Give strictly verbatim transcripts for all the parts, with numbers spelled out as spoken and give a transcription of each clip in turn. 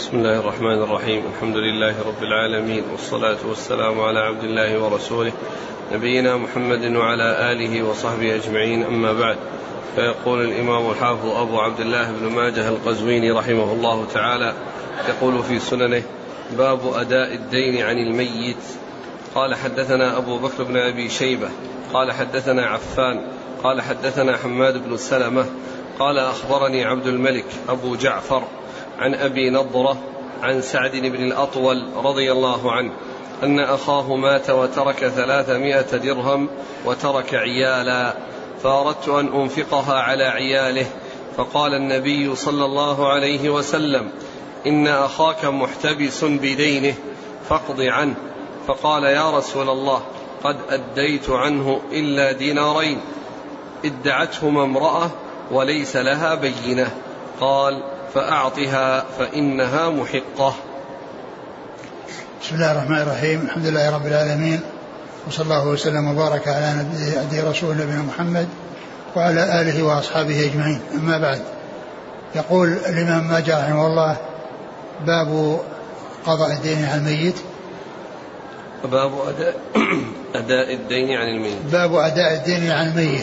بسم الله الرحمن الرحيم. الحمد لله رب العالمين، والصلاة والسلام على عبد الله ورسوله نبينا محمد وعلى آله وصحبه أجمعين، أما بعد. فيقول الإمام الحافظ أبو عبد الله بن ماجه القزويني رحمه الله تعالى يقول في سننه: باب أداء الدين عن الميت. قال: حدثنا أبو بكر بن أبي شيبة قال حدثنا عفان قال حدثنا حماد بن سلمة قال: أخبرني عبد الملك أبو جعفر عن أبي نضرة عن سعد بن الأطول رضي الله عنه أن أخاه مات وترك ثلاثمائة درهم وترك عيالا، فأردت أن أنفقها على عياله، فقال النبي صلى الله عليه وسلم: إن أخاك محتبس بدينه فاقض عنه. فقال: يا رسول الله، قد أديت عنه إلا دينارين ادعتهما امرأة وليس لها بينة. قال: فأعطها فإنها محقة. بسم الله الرحمن الرحيم. الحمد لله رب العالمين، وصلى الله وسلم وبارك على نبي رسول نبينا محمد وعلى آله وأصحابه أجمعين، أما بعد. يقول الإمام ماجه رحمه الله: باب قضاء الدين عن الميت. باب أداء, أداء الدين عن الميت. باب أداء الدين عن الميت،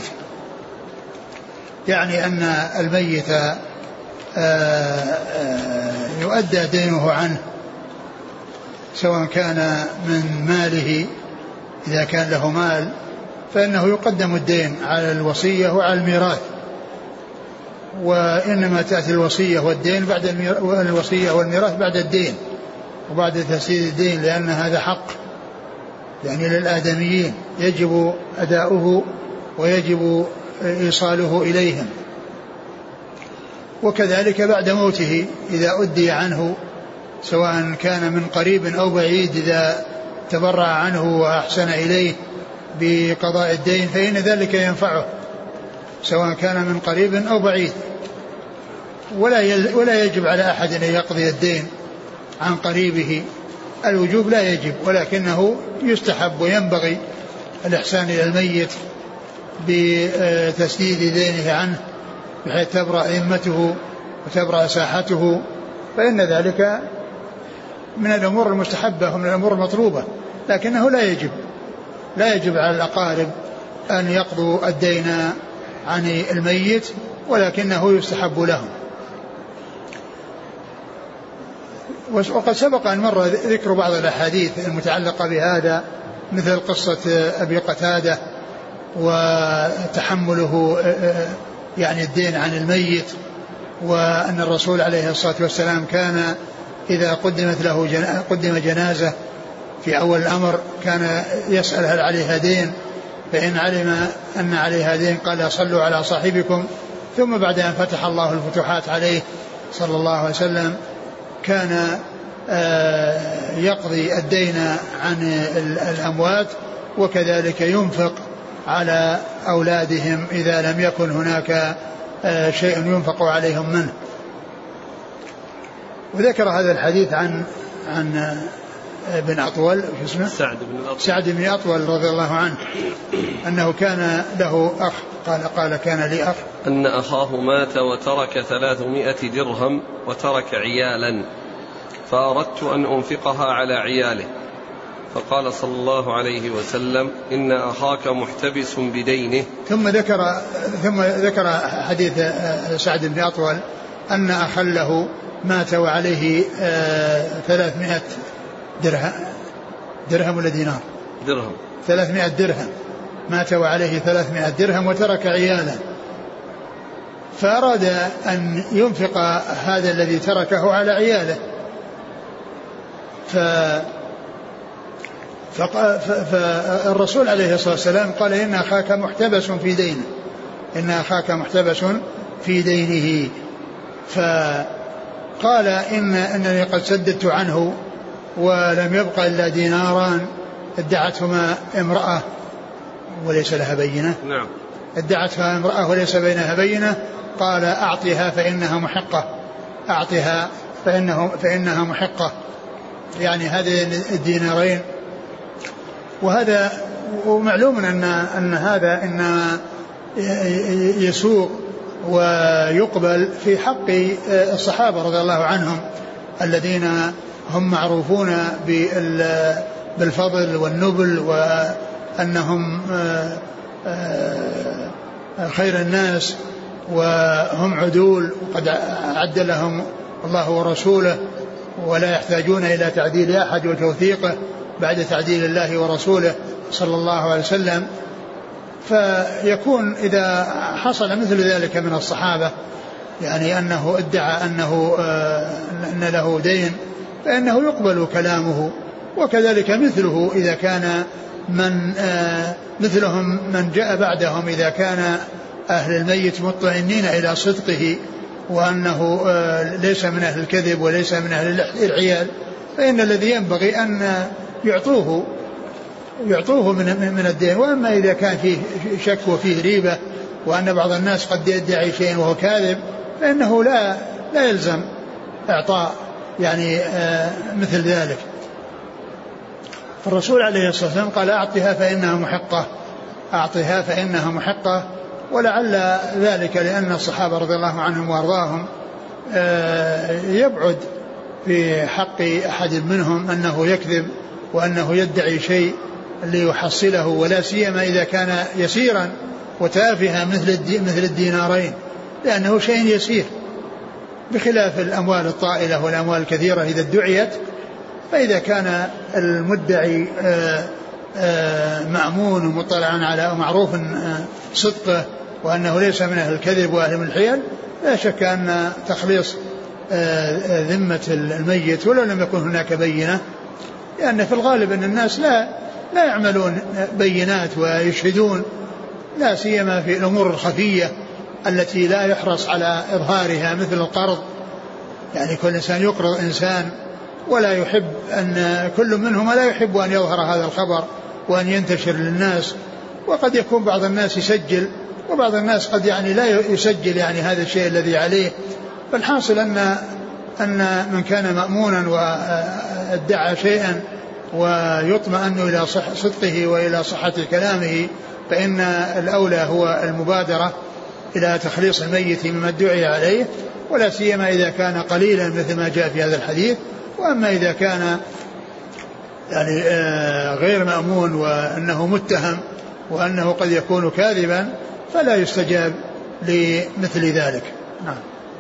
يعني أن الميت يؤدى دينه عنه، سواء كان من ماله، إذا كان له مال فإنه يقدم الدين على الوصية وعلى الميراث، وإنما تأتي الوصية والدين بعد الوصية والميراث بعد الدين وبعد تسديد الدين، لأن هذا حق يعني للآدميين يجب أداؤه ويجب إيصاله إليهم. وكذلك بعد موته إذا أدي عنه، سواء كان من قريب أو بعيد، إذا تبرع عنه وأحسن إليه بقضاء الدين فإن ذلك ينفعه، سواء كان من قريب أو بعيد. ولا ولا يجب على أحد أن يقضي الدين عن قريبه، الوجوب لا يجب، ولكنه يستحب وينبغي الإحسان إلى الميت بتسديد دينه عنه بحيث تبرأ ذمته وتبرأ ساحته، فإن ذلك من الأمور المستحبة ومن الأمور المطلوبة، لكنه لا يجب لا يجب على الأقارب أن يقضوا الدين عن الميت، ولكنه يستحب لهم. وقد سبق أن مر ذكر بعض الأحاديث المتعلقة بهذا، مثل قصة أبي قتادة وتحمله يعني الدين عن الميت، وأن الرسول عليه الصلاة والسلام كان إذا قدمت له جن... قدم جنازة في أول الأمر كان يسأل هل عليها دين، فإن علم أن عليها دين قال: صلوا على صاحبكم. ثم بعد أن فتح الله الفتوحات عليه صلى الله عليه وسلم كان يقضي الدين عن الأموات، وكذلك ينفق على أولادهم إذا لم يكن هناك شيء ينفق عليهم منه. وذكر هذا الحديث عن عن ابن أطول اسمه سعد بن الأطول سعد بن أطول رضي الله عنه أنه كان له أخ، قال قال كان لي أخ أن أخاه مات وترك ثلاثمائة درهم وترك عيالا، فأردت أن أنفقها على عياله، فقال صلى الله عليه وسلم: إن أخاك محتبس بدينه. ثم ذكر ثم ذكر حديث سعد بن أطول أن أخا له مات وعليه ثلاثمائة درهم درهم ولا دينار درهم ثلاثمائة درهم، مات وعليه ثلاثمائة درهم وترك عيالا، فأراد أن ينفق هذا الذي تركه على عياله، ف فالرسول عليه الصلاة والسلام قال: إن أخاك محتبس في دينه إن أخاك محتبس في دينه فقال: إن أنني قد سددت عنه ولم يبقى إلا ديناران ادعتهما امرأة وليس لها بينة. نعم. ادعتها امرأة وليس بينها بينة. قال: أعطها فإنها محقة أعطها فإنه فإنها محقة، يعني هذين الدينارين. وهذا ومعلوم أن أن هذا إنما يسوق ويقبل في حق الصحابة رضي الله عنهم الذين هم معروفون بالفضل والنبل وأنهم خير الناس وهم عدول وقد أعد لهم الله ورسوله ولا يحتاجون إلى تعديل أحد وتوثيقه بعد تعديل الله ورسوله صلى الله عليه وسلم. فيكون إذا حصل مثل ذلك من الصحابة يعني أنه ادعى أنه أن له دين فإنه يقبل كلامه. وكذلك مثله إذا كان من مثلهم من جاء بعدهم إذا كان أهل الميت مطمئنين إلى صدقه وأنه ليس من أهل الكذب وليس من أهل العيال فإن الذي ينبغي أن يعطوه يعطوه من من الدين. وأما إذا كان فيه شك وفيه ريبة وأن بعض الناس قد يدعي شيء وهو كاذب فإنه لا لا يلزم إعطاء يعني مثل ذلك. الرسول عليه الصلاة والسلام قال أعطها فإنها محقة أعطها فإنها محقة. ولعل ذلك لأن الصحابة رضي الله عنهم وأرضاهم يبعد في حق أحد منهم أنه يكذب وأنه يدعي شيء ليحصله ولا سيما إذا كان يسيرا وتافها مثل مثل الدينارين لأنه شيء يسير بخلاف الأموال الطائلة والأموال الكثيرة إذا ادعيت. فإذا كان المدعي مأمون ومطلعا على معروف صدقه وأنه ليس من أهل الكذب وأهل من الحيل لا شك أن تخليص ذمة الميت ولو لم يكن هناك بينة لأن في الغالب أن الناس لا لا يعملون بينات ويشهدون لا سيما في الأمور الخفية التي لا يحرص على إظهارها مثل القرض. يعني كل إنسان يقرض إنسان ولا يحب أن كل منهما لا يحب أن يظهر هذا الخبر وأن ينتشر للناس. وقد يكون بعض الناس يسجل وبعض الناس قد يعني لا يسجل يعني هذا الشيء الذي عليه. فالحاصل أن أن من كان مأمونا وادعى شيئا ويطمئن إلى صدقه وإلى صحة كلامه فإن الأولى هو المبادرة إلى تخليص الميت مما ادعي عليه ولا سيما إذا كان قليلا مثل ما جاء في هذا الحديث. وأما إذا كان يعني غير مأمون وأنه متهم وأنه قد يكون كاذبا فلا يستجاب لمثل ذلك. نعم.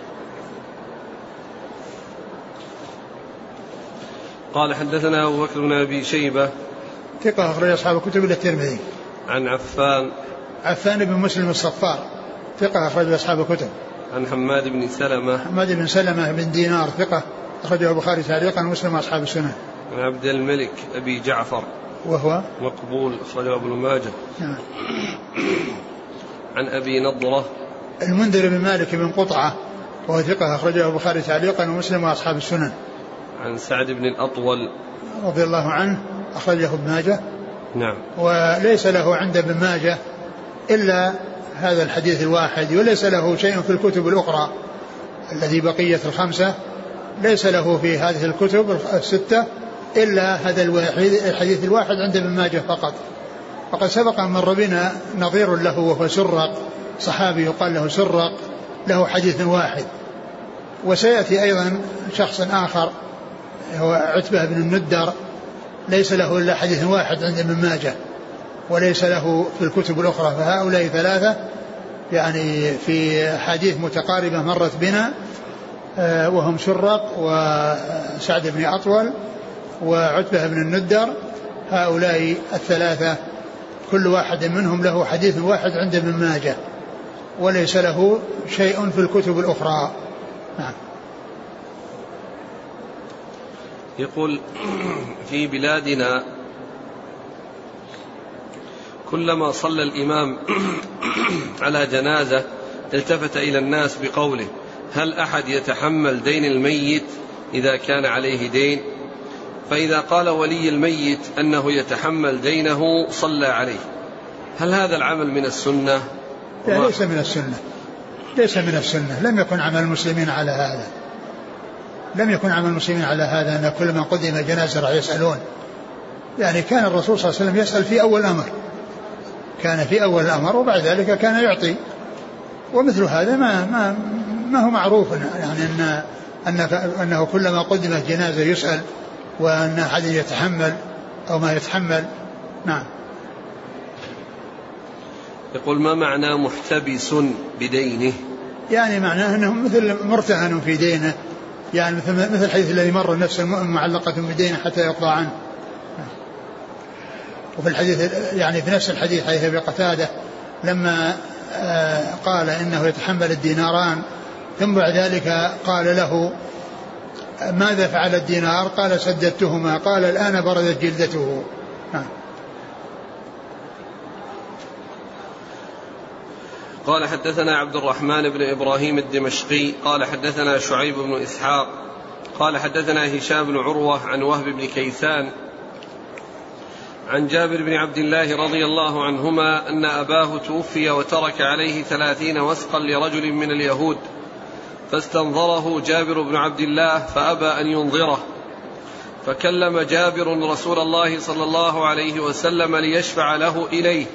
قال حدثنا أبو بكر بن أبي شيبة ثقة أخرج أصحاب الكتب إلا الترمذي. عن عفان عفان بن مسلم الصفار ثقة أخرج أصحاب الكتب. عن حماد بن سلمة حماد بن سلمة بن دينار ثقة أخرجه البخاري تعليقا ومسلم وأصحاب السنن. عن عبد الملك أبي جعفر وهو مقبول أخرجه ابن ماجه. نعم. عن أبي نضرة المنذر بن مالك بن قطعة وهو ثقة أخرجه البخاري تعليقا ومسلم وأصحاب السنن. عن سعد بن الأطول رضي الله عنه أخرجه ابن ماجه. نعم. وليس له عند ابن ماجه إلا هذا الحديث الواحد وليس له شيء في الكتب الأخرى الذي بقية الخمسة ليس له في هذه الكتب الستة إلا هذا الحديث الواحد عند ابن ماجه فقط. وقد سبق أن مر بنا نظير له وهو سرق صحابي يقال له سرق له حديث واحد. وسيأتي أيضا شخص آخر هو عتبة بن الندر ليس له إلا حديث واحد عند ابن ماجه وليس له في الكتب الأخرى. فهؤلاء ثلاثة يعني في حديث متقاربة مرت بنا وهم سرق وسعد بن أطول وعتبة بن الندر. هؤلاء الثلاثة كل واحد منهم له حديث واحد عند ابن ماجه وليس له شيء في الكتب الأخرى. نعم. يقول في بلادنا كلما صلى الإمام على جنازة التفت إلى الناس بقوله هل أحد يتحمل دين الميت إذا كان عليه دين؟ فإذا قال ولي الميت أنه يتحمل دينه صلى عليه. هل هذا العمل من السنة؟ لا ليس من السنة ليس من السنة لم يكن عمل المسلمين على هذا لم يكن عمل المسلمين على هذا أن كل من قدم جنازة راح يسألون. يعني كان الرسول صلى الله عليه وسلم يسأل في أول الأمر كان في أول الأمر وبعد ذلك كان يعطي. ومثل هذا ما ما ما هو معروف يعني أن أنه كلما قدمت جنازة يسأل وأن أحد يتحمل أو ما يتحمل. نعم. يقول ما معنى محتبس بدينه؟ يعني معناه أنه مثل مرتهن في دينه، يعني مثل مثل الحديث الذي مر نفس معلقة بدينه حتى يقضى عنه. وفي الحديث يعني في نفس الحديث حديث أبي قتادة لما قال إنه يتحمل الديناران ثم بعد ذلك قال له ماذا فعل الدينار؟ قال سددتهما. قال الآن بردت جلدته. قال حدثنا عبد الرحمن بن إبراهيم الدمشقي قال حدثنا شعيب بن إسحاق قال حدثنا هشام بن عروة عن وهب بن كيسان عن جابر بن عبد الله رضي الله عنهما أن أباه توفي وترك عليه ثلاثين وسقا لرجل من اليهود، فاستنظره جابر بن عبد الله فأبى أن ينظره، فكلم جابر رسول الله صلى الله عليه وسلم ليشفع له إليه،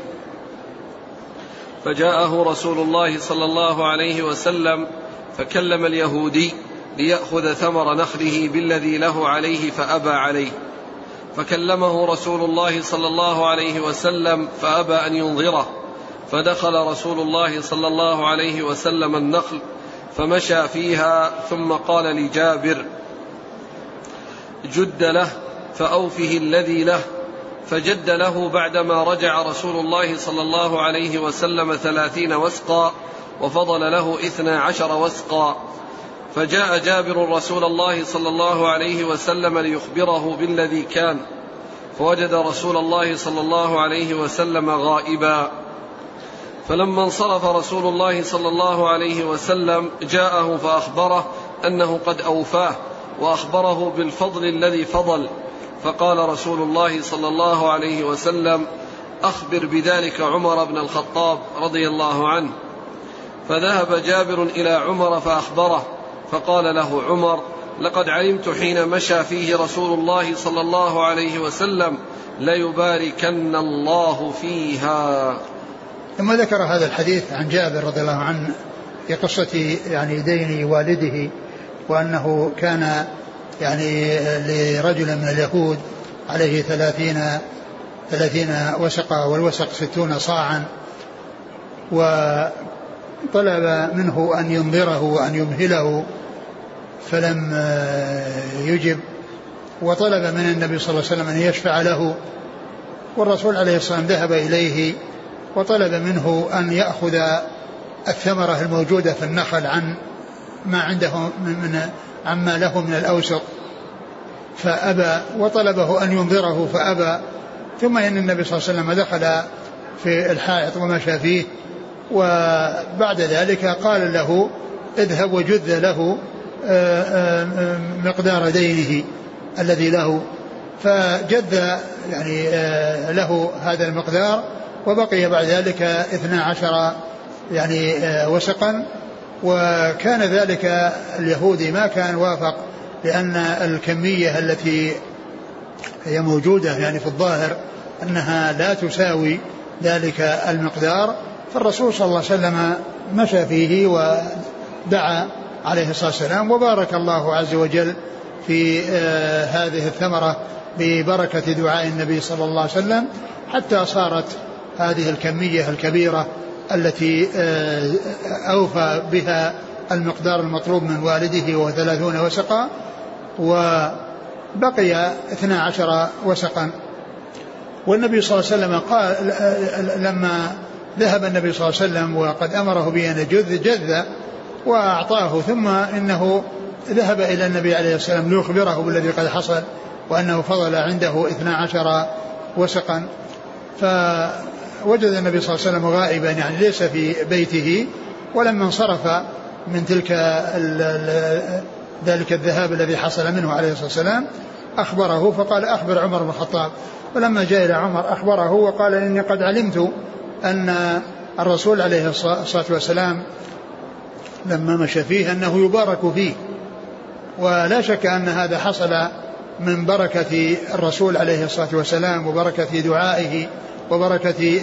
فجاءه رسول الله صلى الله عليه وسلم فكلم اليهودي ليأخذ ثمر نخله بالذي له عليه فأبى عليه، فكلمه رسول الله صلى الله عليه وسلم فأبى أن ينظره، فدخل رسول الله صلى الله عليه وسلم النخل فمشى فيها ثم قال لجابر جد له فأوفه الذي له، فجد له بعدما رجع رسول الله صلى الله عليه وسلم ثلاثين وسقا وفضل له اثنى عشر وسقا، فجاء جابر رسول الله صلى الله عليه وسلم ليخبره بالذي كان، فوجد رسول الله صلى الله عليه وسلم غائبا، فلما انصرف رسول الله صلى الله عليه وسلم جاءه فأخبره أنه قد أوفاه وأخبره بالفضل الذي فضل، فقال رسول الله صلى الله عليه وسلم أخبر بذلك عمر بن الخطاب رضي الله عنه، فذهب جابر إلى عمر فأخبره، فقال له عمر لقد علمت حين مشى فيه رسول الله صلى الله عليه وسلم ليباركن الله فيها. ثم ذكر هذا الحديث عن جابر رضي الله عنه في قصة يعني دين والده، وأنه كان يعني لرجل من اليهود عليه ثلاثين ثلاثين وسقا، والوسق ستون صاعا، وطلب منه أن ينظره وأن يمهله فلم يجب، وطلب من النبي صلى الله عليه وسلم أن يشفع له، والرسول عليه الصلاة والسلام ذهب إليه وطلب منه أن يأخذ الثمرة الموجودة في النخل عن ما عنده من عما له من الأوسق، فأبى، وطلبه أن ينظره فأبى، ثم إن النبي صلى الله عليه وسلم دخل في الحائط ومشى فيه، وبعد ذلك قال له اذهب وجذ له مقدار دينه الذي له، فجذ يعني له هذا المقدار، وبقي بعد ذلك اثنا عشر يعني وسقا. وكان ذلك اليهودي ما كان وافق، لأن الكمية التي هي موجودة يعني في الظاهر أنها لا تساوي ذلك المقدار، فالرسول صلى الله عليه وسلم مشى فيه ودعا عليه الصلاة والسلام، وبارك الله عز وجل في آه هذه الثمرة ببركة دعاء النبي صلى الله عليه وسلم، حتى صارت هذه الكمية الكبيرة التي آه أوفى بها المقدار المطلوب من والده وهو ثلاثون وسقا، وبقي اثنا عشر وسقا. والنبي صلى الله عليه وسلم قال لما ذهب النبي صلى الله عليه وسلم وقد أمره بأن يجذ جذ وأعطاه، ثم إنه ذهب إلى النبي عليه الصلاة والسلام ليخبره بالذي قد حصل، وأنه فضل عنده اثنا عشر وسقا، فوجد النبي صلى الله عليه وسلم غائبا يعني ليس في بيته، ولما انصرف من تلك ذلك الذهاب الذي حصل منه عليه الصلاة والسلام أخبره، فقال أخبر عمر بن الخطاب، فلما جاء إلى عمر أخبره وقال إني قد علمت أن الرسول عليه الصلاة والسلام لما مشى فيه أنه يبارك فيه، ولا شك أن هذا حصل من بركة الرسول عليه الصلاة والسلام وبركة دعائه وبركة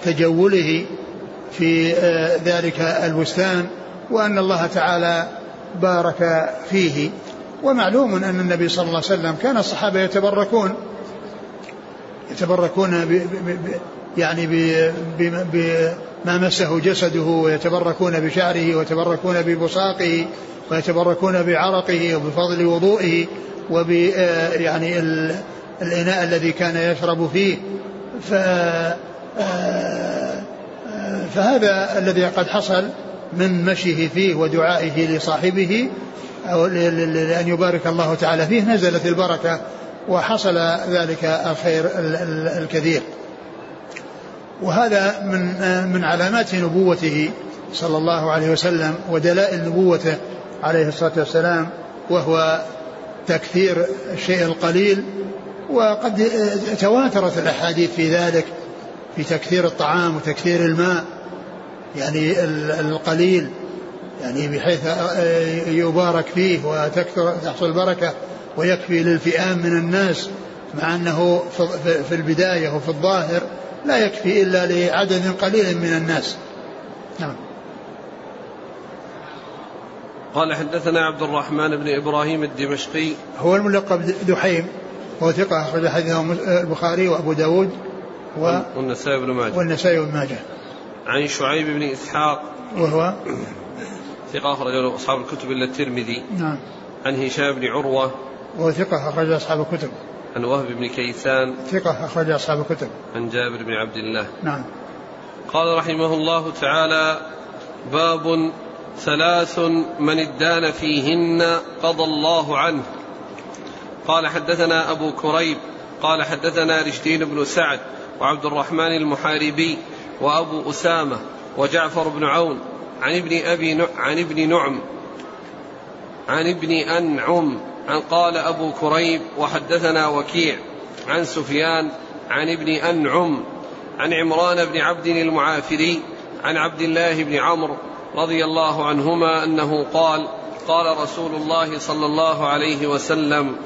تجوله في ذلك البستان، وأن الله تعالى بارك فيه. ومعلوم أن النبي صلى الله عليه وسلم كان الصحابة يتبركون يتبركون ب ب يعني بما مسه جسده، ويتبركون بشعره، ويتبركون ببصاقه، ويتبركون بعرقه وبفضل وضوئه وب يعني الإناء الذي كان يشرب فيه. ف فهذا الذي قد حصل من مشيه فيه ودعائه لصاحبه أو لأن يبارك الله تعالى فيه، نزلت البركة وحصل ذلك الخير الكثير. وهذا من من علامات نبوته صلى الله عليه وسلم ودلائل نبوته عليه الصلاة والسلام، وهو تكثير الشيء القليل. وقد تواترت الأحاديث في ذلك، في تكثير الطعام وتكثير الماء، يعني القليل يعني بحيث يبارك فيه وتكثر تحصل البركة ويكفي للفئام من الناس، مع أنه في البداية وفي الظاهر لا يكفي إلا لعدد قليل من الناس. نعم. قال حدثنا عبد الرحمن بن إبراهيم الدمشقي، هو الملقب دحيم، هو ثقة أخرج حديثه البخاري وأبو داود والنسائي بن ماجه والنسائي بن ماجه. عن شعيب بن إسحاق وهو ثقة أخرج له أصحاب الكتب إلا الترمذي. نعم. عن هشام بن عروة وهو ثقة أخرج أصحاب الكتب. عن وهب بن كيسان ثقة أخرج أصحاب الكتب. عن جابر بن عبد الله. نعم. قال رحمه الله تعالى: باب ثلاث من ادان فيهن قضى الله عنه. قال حدثنا أبو كريب قال حدثنا رشدين بن سعد وعبد الرحمن المحاربي وأبو أسامة وجعفر بن عون عن ابن أبي ن... عن ابن نعم عن ابن أنعم عن قال أبو كريب وحدثنا وكيع عن سفيان عن ابن أنعم عن عمران بن عبد المعافري عن عبد الله بن عمرو رضي الله عنهما أنه قال: قال رسول الله صلى الله عليه وسلم: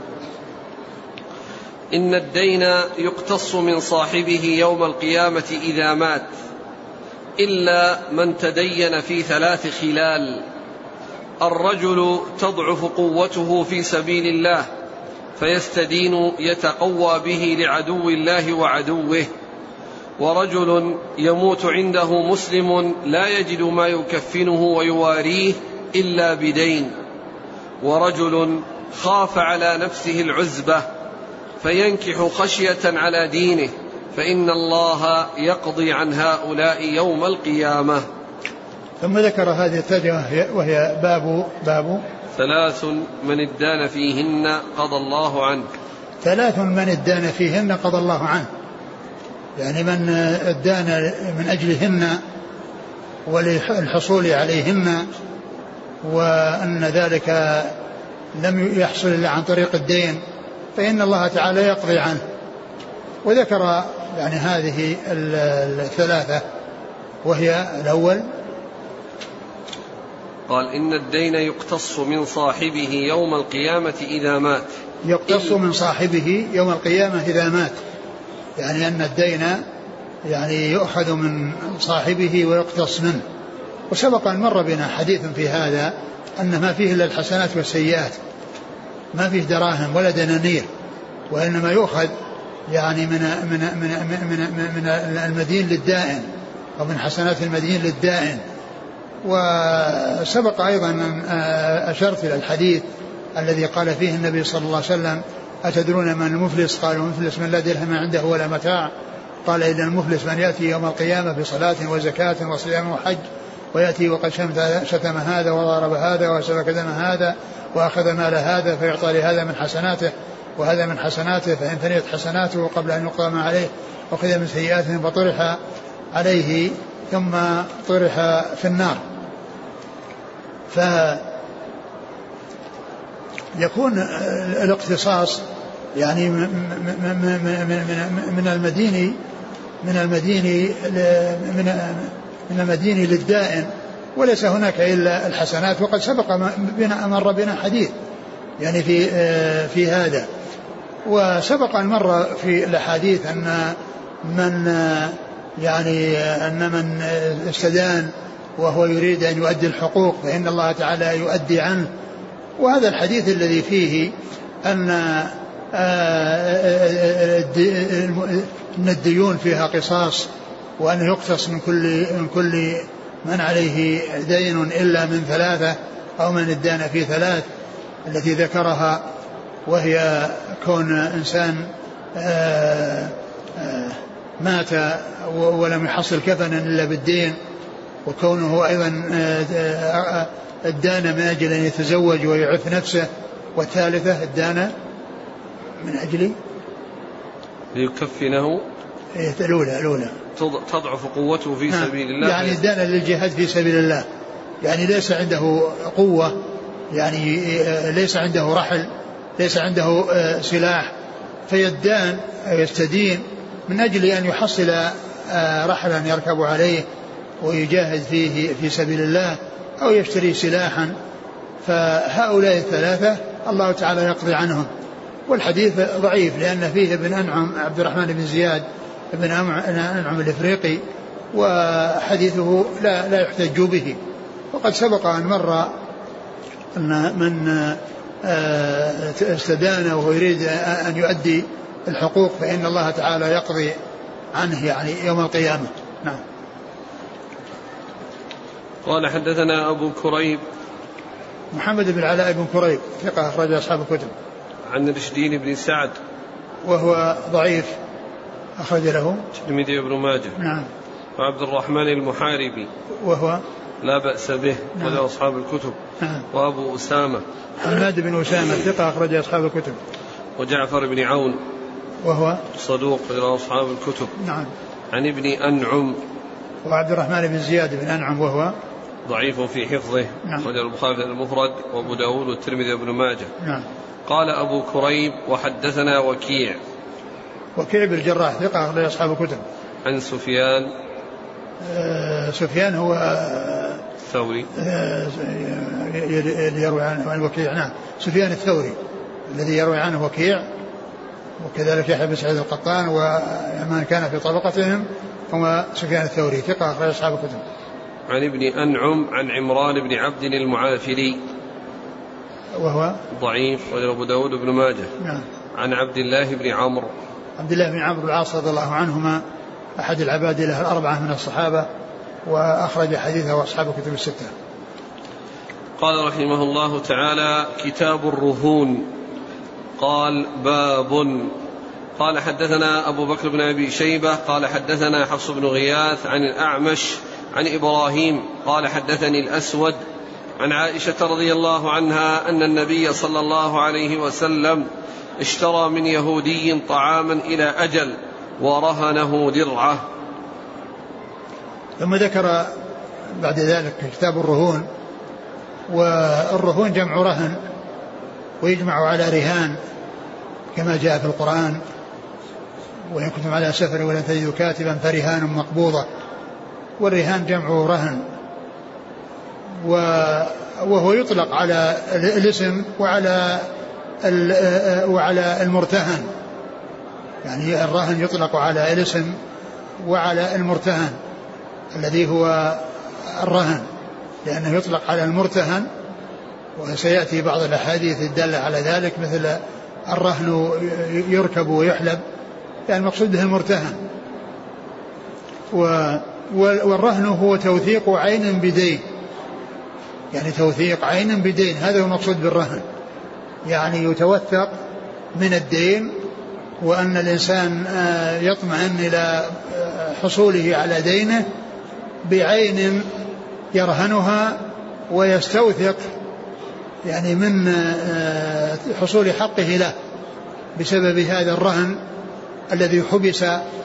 إن الدين يقتص من صاحبه يوم القيامة إذا مات إلا من تدين في ثلاث خلال: الرجل تضعف قوته في سبيل الله فيستدين يتقوى به لعدو الله وعدوه، ورجل يموت عنده مسلم لا يجد ما يكفنه ويواريه إلا بدين، ورجل خاف على نفسه العزبة فينكح خشية على دينه فإن الله يقضي عن هؤلاء يوم القيامة. ثم ذكر هذه الترجمة وهي باب باب ثلاث من ادان فيهن قضى الله عنه. ثلاث من ادان فيهن قضى الله عنه، يعني من ادان من أجلهن وللحصول عليهن، وأن ذلك لم يحصل إلا عن طريق الدين فإن الله تعالى يقضي عنه. وذكر يعني هذه الثلاثة، وهي الأول قال: إن الدين يقتص من صاحبه يوم القيامة إذا مات. يقتص من صاحبه يوم القيامة إذا مات، يعني أن الدين يعني يؤخذ من صاحبه ويقتص منه. وسبق أن مر بنا حديث في هذا أن ما فيه إلا الحسنات والسيئات، ما فيه دراهم ولا دنانير، وإنما يؤخذ يعني من من من من, من, من المدين للدائن، ومن حسنات المدين للدائن. وسبق أيضا أن أشرت إلى الحديث الذي قال فيه النبي صلى الله عليه وسلم: أتدرون من المفلس؟ قالوا: المفلس من لا درهم عنده ولا متاع. قال: إذا المفلس من يأتي يوم القيامة بصلاة وزكاة وصيام وحج، ويأتي وقد شتم هذا وضرب هذا وسفك دم هذا وأخذ مال هذا، فيعطى لهذا من حسناته وهذا من حسناته، فإن فنيت حسناته قبل أن يقضى ما عليه أخذ من سيئاته فطرح عليه ثم طرح في النار. فيكون الاقتصاص يعني من المدين من المدين من المدين للدائن، وليس هناك إلا الحسنات. وقد سبق بنا مر بنا حديث يعني في في هذا. وسبق أن مر في الحديث أن من يعني أن من استدان وهو يريد أن يؤدي الحقوق فإن الله تعالى يؤدي عنه وهذا الحديث الذي فيه أن أن الديون فيها قصاص، وأن يقتص من كل من كل من عليه دين إلا من ثلاثة أو من الدان في ثلاث التي ذكرها، وهي كون إنسان آآ آآ مات ولم يحصل كفنا إلا بالدين، وكونه أيضا الدان من أجل أن يتزوج ويعف نفسه، والثالثة الدان من أجل ليكفنه الأولى الأولى تضعف قوته في سبيل الله، يعني الدان للجهاد في سبيل الله، يعني ليس عنده قوة، يعني ليس عنده رحل، ليس عنده سلاح، فيدان يستدين من أجل أن يحصل رحلا يركب عليه ويجاهد فيه في سبيل الله، أو يشتري سلاحا. فهؤلاء الثلاثة الله تعالى يقضي عنهم. والحديث ضعيف لأن فيه ابن أنعم عبد الرحمن بن زياد ابن أنعم الإفريقي، وحديثه لا, لا يحتج به. وقد سبق أن مر أن من استدان وهو يريد أن يؤدي الحقوق فإن الله تعالى يقضي عنه يعني يوم القيامة. نعم. قال حدثنا أبو كريب محمد بن علاء بن كريب ثقة أخرج أصحاب الكتب. عن رشدين بن سعد وهو ضعيف أخرج له الترمذي وابن ماجه. نعم. وعبد الرحمن المحاربي وهو لا بأس به وله نعم. أصحاب الكتب. نعم. وأبو أسامة حماد بن أسامة ثقة أخرج أصحاب الكتب. وجعفر بن عون وهو صدوق وله أصحاب الكتب. نعم. عن ابن أنعم وعبد الرحمن بن زياد بن أنعم وهو ضعيف في حفظه. نعم. وجاء البخاري المفرد وأبو داود والترمذي وابن ماجه. نعم. قال أبو كريب وحدثنا وكيع وكيع بن الجراح ثقة أخرج أصحاب الكتب. عن سفيان آه سفيان هو الثوري آه يروي عنه عن وكيع. نعم. سفيان الثوري الذي يروي عنه وكيع، وكذلك يحيى بن سعيد القطان، ومن كان في طبقتهم هو سفيان الثوري ثقة أخرج أصحاب الكتب. عن ابن أنعم عن عمران بن عبد المعافري وهو ضعيف وله أبو داود بن ماجه. نعم. عن عبد الله بن عمرو عبد الله بن عمرو العاص رضي الله عنهما أحد العباد له الأربعة من الصحابة، وأخرج حديثه أصحاب الكتب الستة. قال رحمه الله تعالى: كتاب الرهون. قال: باب. قال: حدثنا أبو بكر بن أبي شيبة قال حدثنا حفص بن غياث عن الأعمش عن إبراهيم قال حدثني الأسود عن عائشة رضي الله عنها أن النبي صلى الله عليه وسلم اشترى من يهودي طعاما إلى أجل ورهنه درعه. ثم ذكر بعد ذلك كتاب الرهون. والرهون جمع رهن، ويجمع على رهان كما جاء في القرآن: وإن كنتم على سفر ولن تجدوا كاتبا فرهان مقبوضة. والرهان جمع رهن، وهو يطلق على الاسم وعلى وعلى المرتهن، يعني الرهن يطلق على الاسم وعلى المرتهن الذي هو الرهن، لأنه يطلق على المرتهن، وسيأتي بعض الأحاديث الدالة على ذلك مثل الرهن يركب ويحلب، يعني المقصود به المرتهن. والرهن هو توثيق عين بدين، يعني توثيق عين بدين، هذا هو المقصود بالرهن، يعني يتوثق من الدين، وأن الإنسان يطمئن إلى حصوله على دينه بعين يرهنها ويستوثق يعني من حصول حقه له بسبب هذا الرهن الذي حبس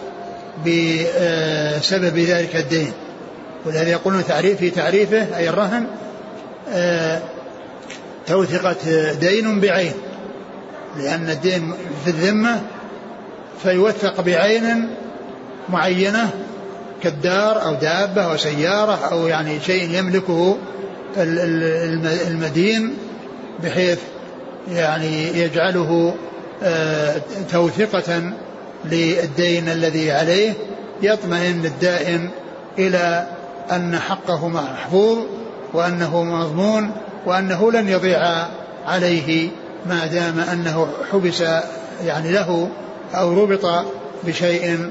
بسبب ذلك الدين. ولهذا يقولون تعريف في تعريفه أي الرهن توثقة دين بعين، لأن الدين في الذمة فيوثق بعين معينة كالدار أو دابة أو سيارة أو يعني شيء يملكه المدين، بحيث يعني يجعله توثقة للدين الذي عليه، يطمئن الدائن إلى أن حقه محفوظ وأنه مضمون وأنه لن يضيع عليه ما دام أنه حبس يعني له أو ربط بشيء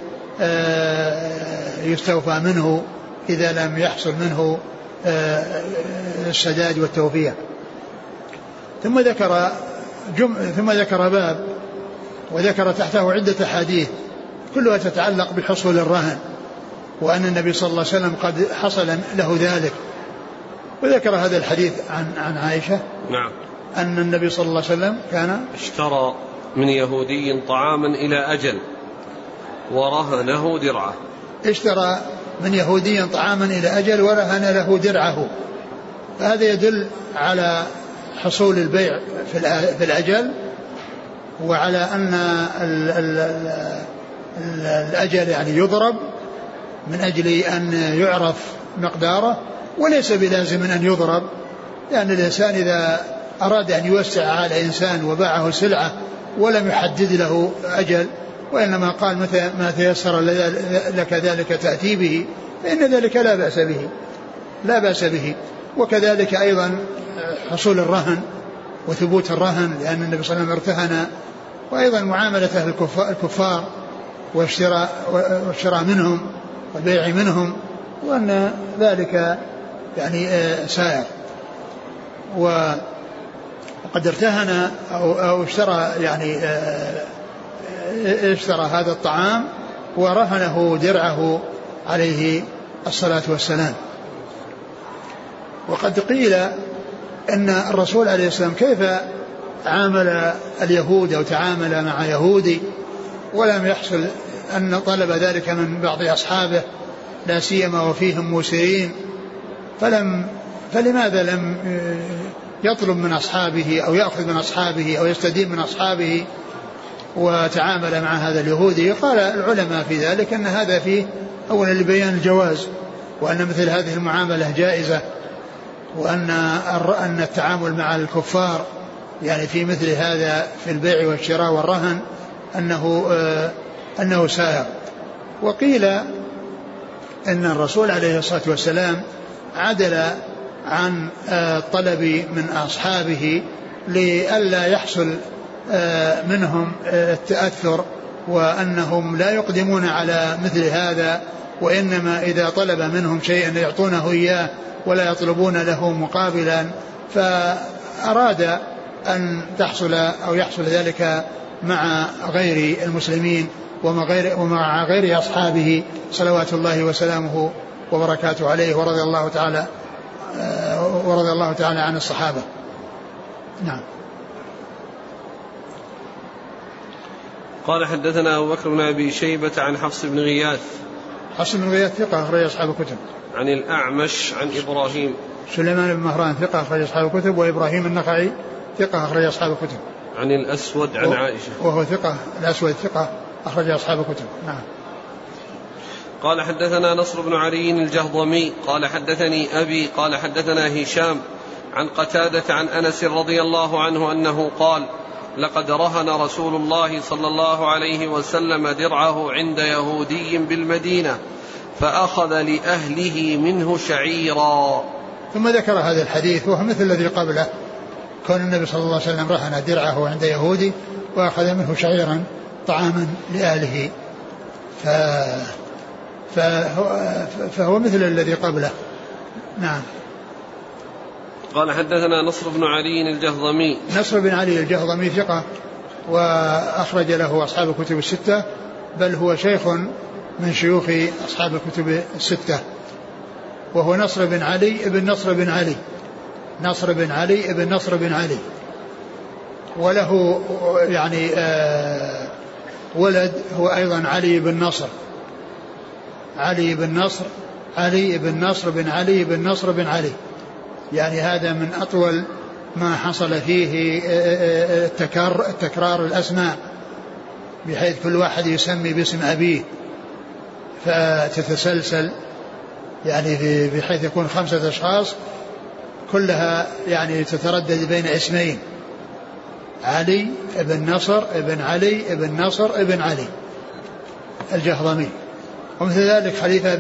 يستوفى منه إذا لم يحصل منه السداد والتوفيق. ثم ذكر جم... ثم ذكر باب وذكر تحته عدة حديث كلها تتعلق بحصول الرهن، وأن النبي صلى الله عليه وسلم قد حصل له ذلك. وذكر هذا الحديث عن عن عائشة نعم أن النبي صلى الله عليه وسلم كان اشترى من يهودي طعاما إلى أجل ورهنه درعه. اشترى من يهودي طعاما إلى أجل ورهن له درعه. فهذا يدل على حصول البيع في الأجل، وعلى أن ال ال ال الأجل يعني يضرب من أجل أن يعرف مقداره، وليس بلازم أن يضرب، لأن الإنسان إذا أراد أن يوسع على إنسان وباعه سلعة ولم يحدد له أجل، وإنما قال متى ما تيسر لك ذلك تأتي به، فإن ذلك لا بأس به لا بأس به. وكذلك أيضا حصول الرهن وثبوت الرهن، لأن النبي صلى الله عليه وسلم ارتهن، وأيضا معاملة الكفار والشراء منهم والبيع منهم، وأن ذلك يعني سائر. وقد ارتهن أو اشترى يعني اشترى هذا الطعام ورهنه درعه عليه الصلاة والسلام. وقد قيل أن الرسول عليه السلام كيف عامل اليهود أو تعامل مع يهودي ولم يحصل أن طلب ذلك من بعض أصحابه لا سيما وفيهم موسرين، فلم فلماذا لم يطلب من أصحابه أو يأخذ من أصحابه أو يستدين من أصحابه وتعامل مع هذا اليهودي؟ قال العلماء في ذلك أن هذا فيه أولا لبيان الجواز، وأن مثل هذه المعاملة جائزة، وأن أن التعامل مع الكفار يعني في مثل هذا في البيع والشراء والرهن أنه أنه سائغ. وقيل أن الرسول عليه الصلاة والسلام عدل عن طلب من أصحابه لئلا يحصل منهم التأثر، وأنهم لا يقدمون على مثل هذا، وإنما إذا طلب منهم شيئا يعطونه إياه ولا يطلبون له مقابلا، فأراد أن تحصل أو يحصل ذلك مع غير المسلمين ومع غير, ومع غير أصحابه صلوات الله وسلامه وبركاته عليه، ورضي الله تعالى ورضي الله تعالى عن الصحابة. نعم. قال حدثنا أبو بكر بن أبي شيبة عن حفص بن غياث. حفص بن غياث ثقة أخرج أصحاب الكتب. عن الأعمش عن إبراهيم. سليمان بن مهران ثقة أخرج أصحاب الكتب، وإبراهيم النخعي ثقة أخرج أصحاب الكتب. عن الأسود عن عائشة وهو ثقة، الأسود ثقة أخرج أصحاب الكتب. نعم. قال حدثنا نصر بن علي الجهضمي قال حدثني أبي قال حدثنا هشام عن قتادة عن أنس رضي الله عنه أنه قال: لقد رهن رسول الله صلى الله عليه وسلم درعه عند يهودي بالمدينة فأخذ لأهله منه شعيرا. ثم ذكر هذا الحديث وهو مثل الذي قبله، كون النبي صلى الله عليه وسلم رهن درعه عند يهودي وأخذ منه شعيرا طعاما لأهله، ف... فهو... فهو مثل الذي قبله. نعم. قال حدثنا نصر بن علي الجهضمي. نصر بن علي الجهضمي ثقة وأخرج له أصحاب الكتب الستة، بل هو شيخ من شيوخ أصحاب الكتب الستة، وهو نصر بن علي ابن نصر بن علي نصر بن علي ابن نصر بن علي وله يعني آه ولد هو أيضا علي بن نصر علي بن نصر علي بن نصر بن علي بن نصر بن علي يعني هذا من أطول ما حصل فيه التكرار, التكرار الأسماء، بحيث كل واحد يسمي باسم أبيه فتتسلسل، يعني بحيث يكون خمسة أشخاص كلها يعني تتردد بين اسمين: علي ابن نصر ابن علي ابن نصر ابن علي الجهضمي. ومثل ذلك خليفة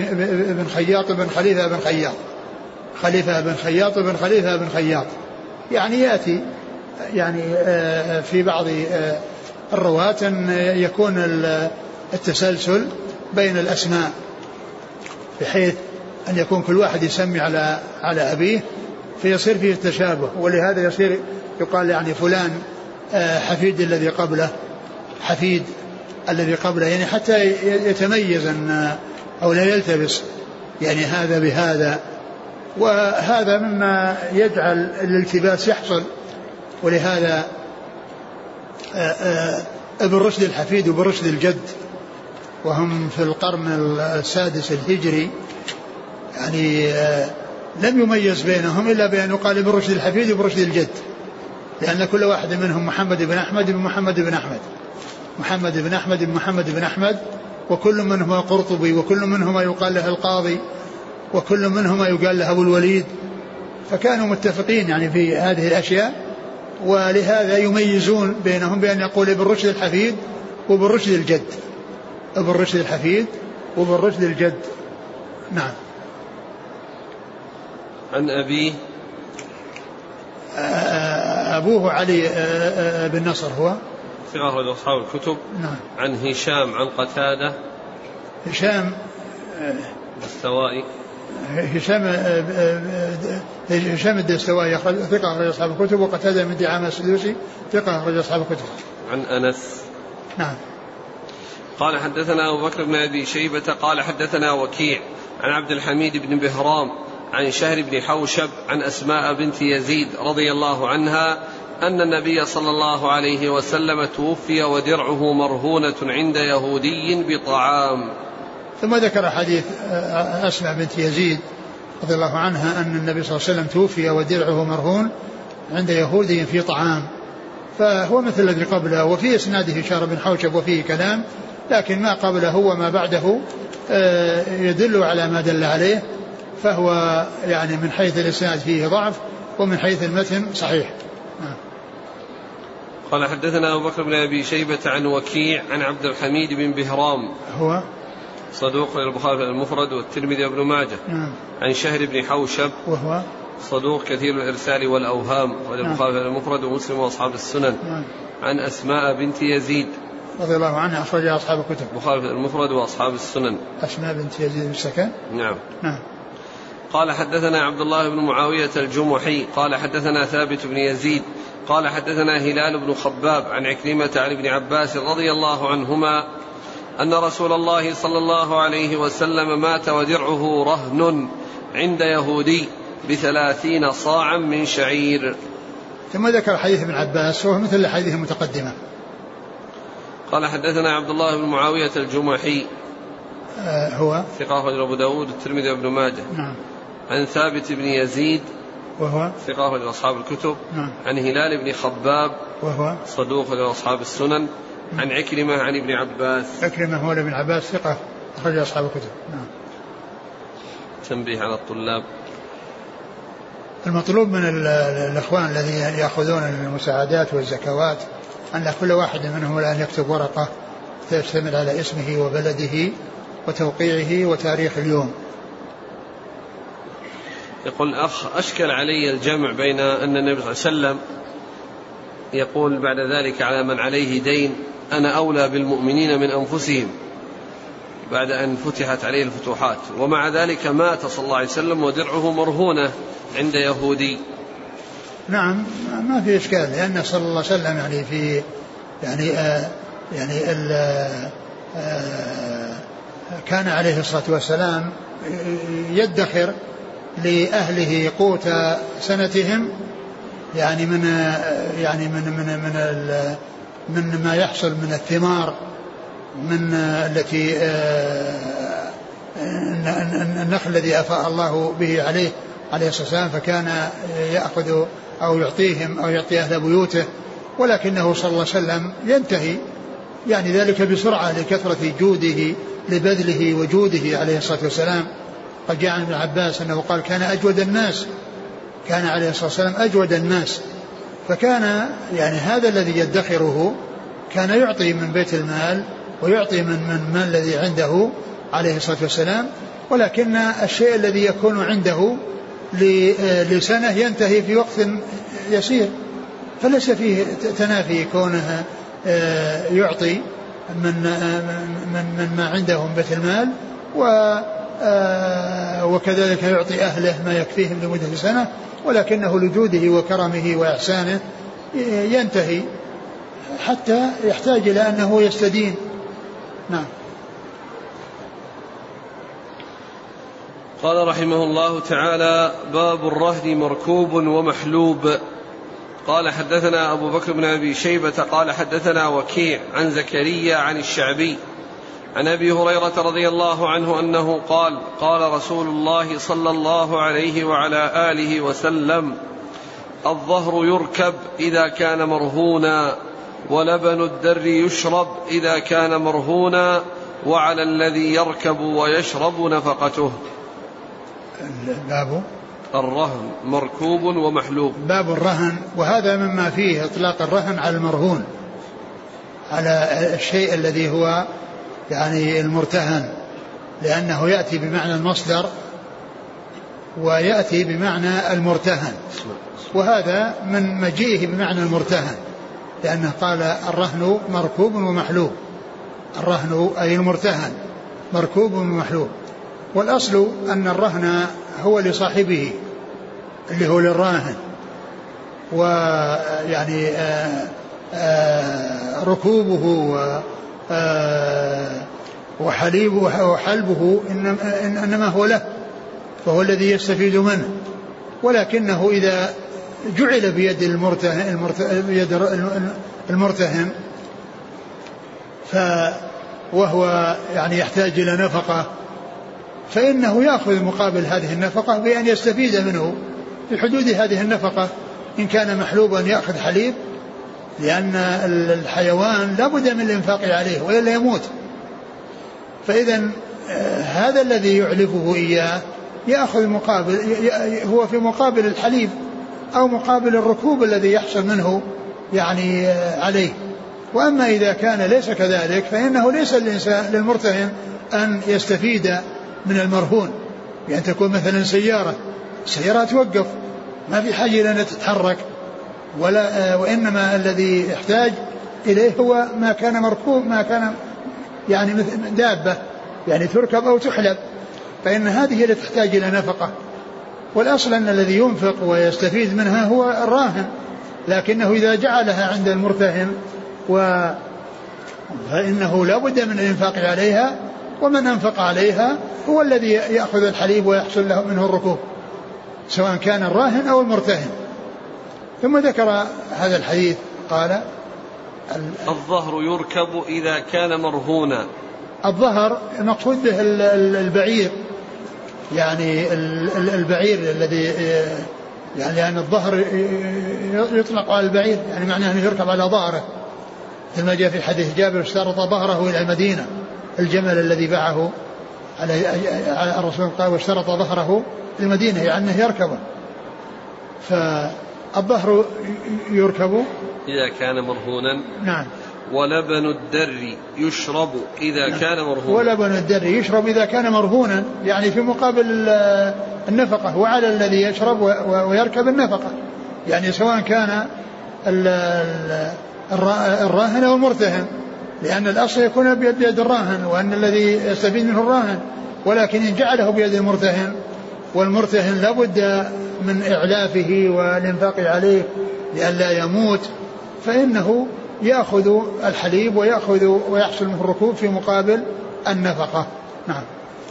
بن خياط بن خليفة بن خياط خليفة بن خياط بن خليفة بن خياط يعني يأتي يعني في بعض الرواة أن يكون التسلسل بين الأسماء بحيث أن يكون كل واحد يسمي على على أبيه فيصير فيه التشابه، ولهذا يصير يقال يعني فلان حفيد الذي قبله حفيد الذي قبله، يعني حتى يتميز أن أو لا يلتبس يعني هذا بهذا، وهذا مما يجعل الالتباس يحصل. ولهذا ابن رشد الحفيد وابن رشد الجد وهم في القرن السادس الهجري يعني لم يميز بينهم إلا بأن يقال ابن رشد الحفيد وابن رشد الجد، لأن كل واحد منهم محمد بن أحمد بن محمد بن أحمد محمد بن أحمد بن محمد بن أحمد، وكل منهما قرطبي، وكل منهما يقال له القاضي، وكل منهما يقال له أبو الوليد، فكانوا متفقين يعني في هذه الأشياء، ولهذا يميزون بينهم بأن يقول ابن رشد الحفيد وابن رشد الجد، ابن رشد الحفيد وابن رشد الجد. نعم. عن أبيه أبوه علي بن نصر هو ثقة أخرج أصحاب الكتب. نعم. عن هشام عن قتادة هشام الدستوائي هشام هشام الدستوائي ثقة أخرج أصحاب الكتب، وقتادة من دعامة السدوسي ثقة أخرج أصحاب الكتب. عن أنس. نعم. قال حدثنا أبو بكر بن أبي شيبة قال حدثنا وكيع عن عبد الحميد بن بهرام عن شهر بن حوشب عن أسماء بنت يزيد رضي الله عنها أن النبي صلى الله عليه وسلم توفي ودرعه مرهونة عند يهودي بطعام. ثم ذكر حديث أسماء بنت يزيد رضي الله عنها أن النبي صلى الله عليه وسلم توفي ودرعه مرهون عند يهودي في طعام، فهو مثل الذي قبله، وفي إسناده شهر بن حوشب وفيه كلام، لكن ما قبله وما بعده يدل على ما دل عليه، فهو يعني من حيث الإسناد فيه ضعف، ومن حيث المتن صحيح. قال حدثنا أبو بكر بن أبي شيبة عن وكيع عن عبد الحميد بن بهرام هو صدوق البخاري المفرد والترمذي وابن ماجه. نعم. عن شهر بن حوشب وهو صدوق كثير الإرسال والأوهام والبخاري نعم. المفرد ومسلم وأصحاب السنن. نعم. عن أسماء بنت يزيد رضي الله عنها أخرج أصحاب الكتب البخاري المفرد وأصحاب السنن. أسماء بنت يزيد بالسكن. نعم. نعم. قال حدثنا عبد الله بن معاوية الجمحي قال حدثنا ثابت بن يزيد قال حدثنا هلال بن خباب عن عكرمة عن ابن عباس رضي الله عنهما أن رسول الله صلى الله عليه وسلم مات ودرعه رهن عند يهودي بثلاثين صاعا من شعير. ثم ذكر حديث ابن عباس وهو مثل الحديث المتقدمة. قال حدثنا عبد الله بن معاوية الجمحي آه هو ثقة أخرج أبو داود والترمذي وابن ماجه. نعم. عن ثابت بن يزيد وهو ثقة أخرج أصحاب الكتب. نعم. عن هلال بن خباب وهو صدوق أصحاب السنن. عن عكرمة عن ابن عباس. عكرمة هو ابن عباس ثقة أخرج أصحاب الكتب. نعم. تنبيه على الطلاب. المطلوب من الإخوان الذين يأخذون المساعدات والزكوات أن كل واحد منهم الآن يكتب ورقة تشتمل على اسمه وبلده وتوقيعه وتاريخ اليوم. يقول أخ أشكل علي الجمع بين أن النبي صلى الله عليه وسلم يقول بعد ذلك على من عليه دين أنا أولى بالمؤمنين من أنفسهم بعد أن فتحت عليه الفتوحات، ومع ذلك مات صلى الله عليه وسلم ودرعه مرهونة عند يهودي. نعم ما في إشكال، لأن صلى الله عليه وسلم يعني في يعني آه يعني آه كان عليه الصلاة والسلام يدخر لأهله قوت سنتهم يعني من يعني من من من من ما يحصل من الثمار من التي النخل الذي أفاء الله به عليه عليه الصلاة والسلام، فكان يأخذ أو يعطيهم أو يعطي أهل بيوته، ولكنه صلى الله عليه وسلم ينتهي يعني ذلك بسرعة لكثرة جوده لبذله وجوده عليه الصلاة والسلام. قد جاء عن ابن عباس أنه قال كان أجود الناس، كان عليه الصلاة والسلام أجود الناس، فكان يعني هذا الذي يدخره كان يعطي من بيت المال ويعطي من من المال الذي عنده عليه الصلاة والسلام، ولكن الشيء الذي يكون عنده لسنة ينتهي في وقت يسير، فليس فيه تنافي كونه يعطي من من من ما عنده من بيت المال وكذلك يعطي أهله ما يكفيهم لمدة سنة، ولكنه لجوده وكرمه وإحسانه ينتهي حتى يحتاج إلى أنه يستدين. نعم. قال رحمه الله تعالى: باب الرهن مركوب ومحلوب. قال حدثنا أبو بكر بن أبي شيبة قال حدثنا وكيع عن زكريا عن الشعبي عن أبي هريرة رضي الله عنه أنه قال: قال رسول الله صلى الله عليه وعلى آله وسلم: الظهر يركب إذا كان مرهونا، ولبن الدر يشرب إذا كان مرهونا، وعلى الذي يركب ويشرب نفقته. باب الرهن مركوب ومحلوب. باب الرهن، وهذا مما فيه إطلاق الرهن على المرهون، على الشيء الذي هو يعني المرتهن، لأنه يأتي بمعنى المصدر ويأتي بمعنى المرتهن، وهذا من مجيئه بمعنى المرتهن، لأنه قال الرهن مركوب ومحلوب. الرهن أي المرتهن مركوب ومحلوب. والأصل أن الرهن هو لصاحبه اللي هو للراهن، ويعني آآ آآ ركوبه وحليبه وحلبه إنما هو له، فهو الذي يستفيد منه، ولكنه إذا جعل بيد المرتهن, بيد المرتهن وهو يعني يحتاج إلى نفقة، فإنه يأخذ مقابل هذه النفقة بأن يستفيد منه في حدود هذه النفقة. إن كان محلوبا يأخذ حليب، لأن الحيوان لا بد من الإنفاق عليه وإلا يموت، فإذا هذا الذي يعلفه إياه يأخذ مقابل، هو في مقابل الحليب أو مقابل الركوب الذي يحصل منه يعني عليه. وأما إذا كان ليس كذلك فإنه ليس للمرتهن أن يستفيد من المرهون، يعني تكون مثلا سيارة السيارة توقف ما في حاجة إلى أن تتحرك، ولا وإنما الذي يحتاج إليه هو ما كان مركوب، ما كان يعني مثل دابة يعني تركب أو تحلب، فإن هذه اللي تحتاج إلى نفقة. والأصل أن الذي ينفق ويستفيد منها هو الراهن، لكنه إذا جعلها عند المرتهن و فإنه لا بد من الإنفاق عليها، ومن أنفق عليها هو الذي يأخذ الحليب ويحصل له منه الركوب، سواء كان الراهن أو المرتهن. ثم ذكر هذا الحديث قال: الظهر يركب إذا كان مرهونا. الظهر المقصود به البعير، يعني البعير الذي يعني لأن الظهر يطلق على البعير، يعني معناه أنه يركب على ظهره، مثل ما جاء في حديث جابر: اشترط ظهره إلى المدينة، الجمل الذي باعه على الرسول قال: واشترط ظهره المدينة، يعني أنه يركبه. فالظهر يركب إذا كان مرهونا. نعم. ولبن الدر يشرب إذا نعم. كان مرهونا. ولبن الدر يشرب إذا كان مرهونا، يعني في مقابل النفقة، وعلى الذي يشرب ويركب النفقة، يعني سواء كان الراهن أو المرتهن، لأن الأصل يكون بيد الراهن، وأن الذي يستفيد منه الراهن، ولكن إن جعله بيد المرتهن، والمرتهن لابد من إعلافه والإنفاق عليه لئلا يموت، فإنه يأخذ الحليب ويأخذ ويحصل منه الركوب في مقابل النفقة. نعم.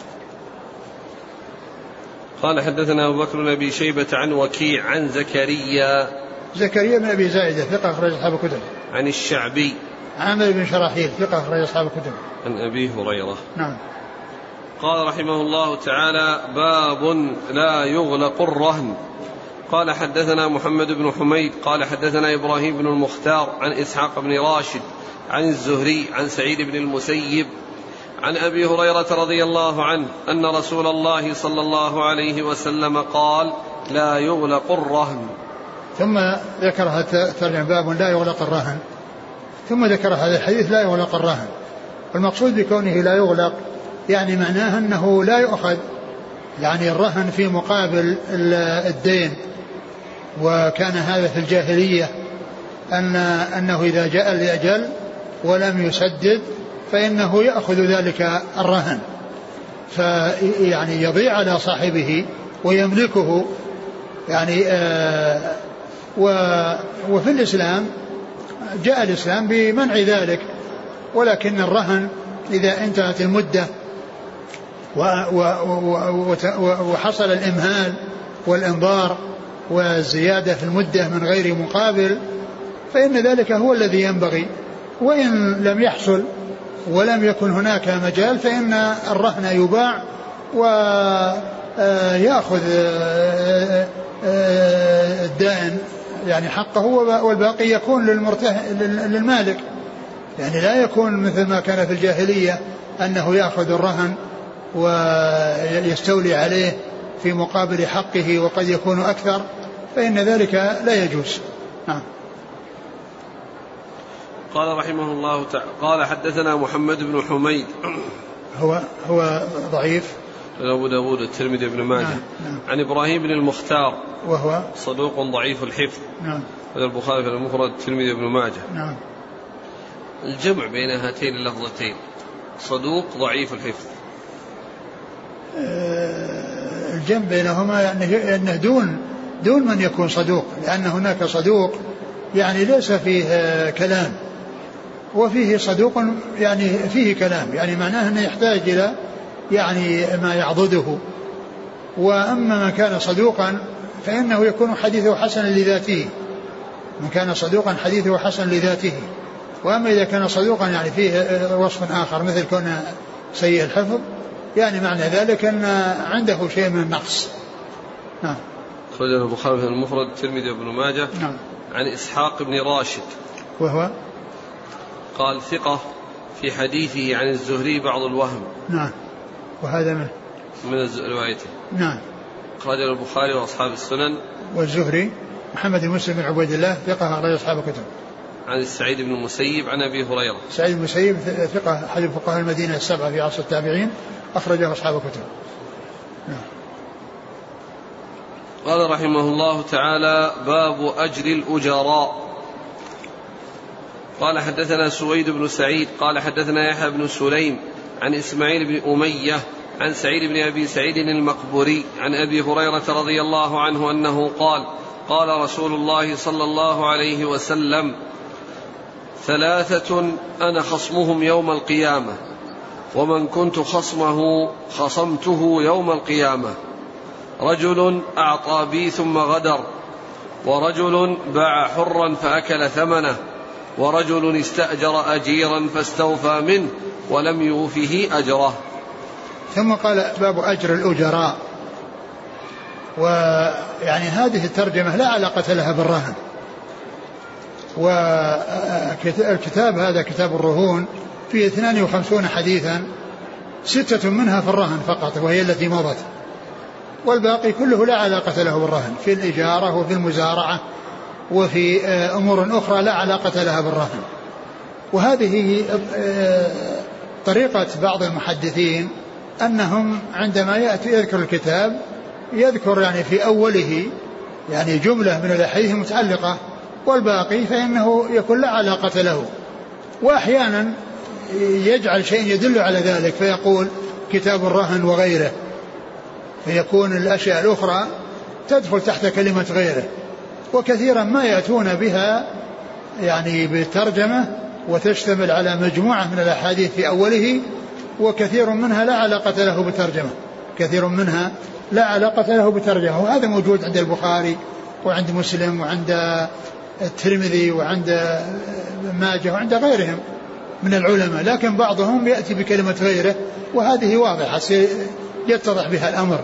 قال حدثنا أبو بكر بن أبي شيبة عن وكيع عن زكريا زكريا بن أبي زائدة ثقة أخرج أصحاب الكتب. عن الشعبي عامر بن شراحيل ثقة أخرج أصحاب الكتب. عن أبي هريرة. نعم. قال رحمه الله تعالى: باب لا يغلق الرهن. قال حدثنا محمد بن حميد قال حدثنا إبراهيم بن المختار عن إسحاق بن راشد عن الزهري عن سعيد بن المسيب عن أبي هريرة رضي الله عنه أن رسول الله صلى الله عليه وسلم قال: لا يغلق الرهن. ثم ذكر هذا باب لا يغلق الرهن، ثم ذكر هذا الحديث لا يغلق الرهن. والمقصود بكونه لا يغلق يعني معناه أنه لا يؤخذ يعني الرهن في مقابل الدين. وكان هذا في الجاهلية أن أنه إذا جاء الأجل ولم يسدد فإنه يأخذ ذلك الرهن فيعني يضيع على صاحبه ويملكه يعني آه وفي الإسلام جاء الإسلام بمنع ذلك. ولكن الرهن إذا انتهت المدة وحصل الإمهال والإنظار والزيادة في المدة من غير مقابل فإن ذلك هو الذي ينبغي. وإن لم يحصل ولم يكن هناك مجال فإن الرهن يباع ويأخذ الدائن يعني حقه والباقي يكون للمالك. يعني لا يكون مثل ما كان في الجاهلية أنه يأخذ الرهن ويستولي عليه في مقابل حقه وقد يكون أكثر فإن ذلك لا يجوز. نعم. قال رحمه الله تعالى قال حدثنا محمد بن حميد هو هو ضعيف أبو داود الترمذي بن ماجه. نعم. نعم. عن إبراهيم بن المختار وهو صدوق ضعيف الحفظ. نعم. هذا البخاري في المفرد الترمذي بن ماجه. نعم. الجمع بين هاتين اللفظتين صدوق ضعيف الحفظ الجمع بينهما يعني أنه دون دون من يكون صدوق لأن هناك صدوق يعني ليس فيه كلام وفيه صدوق يعني فيه كلام يعني معناه أنه يحتاج إلى يعني ما يعضده. وأما من كان صدوقا فإنه يكون حديثه حسنا لذاته من كان صدوقا حديثه حسن لذاته. وأما إذا كان صدوقا يعني فيه وصف آخر مثل كونه سيء الحفظ يعني معنى ذلك أن عنده شيء من النقص. نعم. خرجه البخاري في المفرد الترمذي بن ماجه. نعم. عن إسحاق بن راشد وهو قال ثقة في حديثه عن الزهري بعض الوهم. نعم. وهذا من من روايته. نعم. خرجه البخاري وأصحاب السنن. والزهري محمد بن مسلم بن عبيد الله ثقة أخرج أصحاب الكتب. عن السعيد بن المسيب عن أبي هريرة. سعيد بن المسيب ثقة أحد فقهاء المدينة السبعة في عصر التابعين أخرجه أصحاب الكتب. نعم. قال رحمه الله تعالى باب أجر الأجراء. قال حدثنا سويد بن سعيد قال حدثنا يحيى بن سليم عن إسماعيل بن أمية عن سعيد بن أبي سعيد المقبري عن أبي هريرة رضي الله عنه أنه قال قال رسول الله صلى الله عليه وسلم ثلاثة أنا خصمهم يوم القيامة ومن كنت خصمه خصمته يوم القيامة رجل أعطى بي ثم غدر ورجل باع حرا فأكل ثمنه ورجل استأجر أجيرا فاستوفى منه ولم يوفه أجره. ثم قال باب أجر الأجراء. ويعني هذه الترجمة لا علاقة لها بالرهن. والكتاب هذا كتاب الرهون فيه اثنان وخمسون حديثا ستة منها في الرهن فقط وهي التي مضت والباقي كله لا علاقة له بالرهن في الإجارة وفي المزارعة وفي أمور أخرى لا علاقة لها بالرهن. وهذه طريقة بعض المحدثين أنهم عندما يأتي يذكر الكتاب يذكر يعني في أوله يعني جملة من الأحاديث المتعلقة والباقي فإنه يكون لا علاقة له. وأحيانا يجعل شيء يدل على ذلك فيقول كتاب الرهن وغيره فيكون الأشياء الأخرى تدخل تحت كلمة غيره. وكثيرا ما يأتون بها يعني بالترجمة وتشتمل على مجموعة من الأحاديث في أوله وكثير منها لا علاقة له بترجمة كثير منها لا علاقة له بترجمة. وهذا موجود عند البخاري وعند مسلم وعند الترمذي وعند ماجه وعند غيرهم من العلماء لكن بعضهم يأتي بكلمة غيره وهذه واضحة يتضح بها الأمر.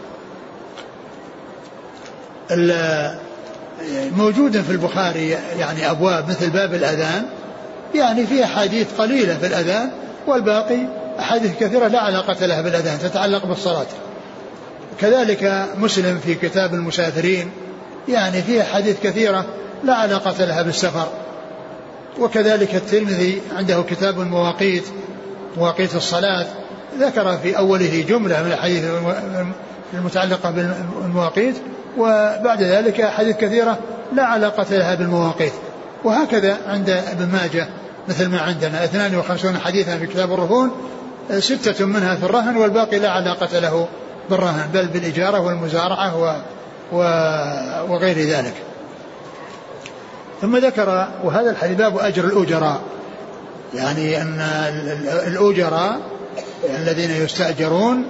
موجود في البخاري يعني أبواب مثل باب الأذان يعني فيها حديث قليلة في الأذان والباقي أحاديث كثيرة لا علاقة لها بالأذان تتعلق بالصلاة. كذلك مسلم في كتاب المسافرين يعني فيها حديث كثيرة لا علاقة لها بالسفر. وكذلك الترمذي عنده كتاب المواقيت مواقيت الصلاة ذكر في أوله جملة من الحديث المتعلقة بالمواقيت، وبعد ذلك أحاديث كثيرة لا علاقة لها بالمواقيت. وهكذا عند ابن ماجه مثل ما عندنا اثنان وخمسون حديثا في كتاب الرهون، ستة منها في الرهن والباقي لا علاقة له بالرهن بل بالإجارة والمزارعة و وغير ذلك. ثم ذكر وهذا الحديث باب أجر الأجراء، يعني أن الأجراء الذين يستأجرون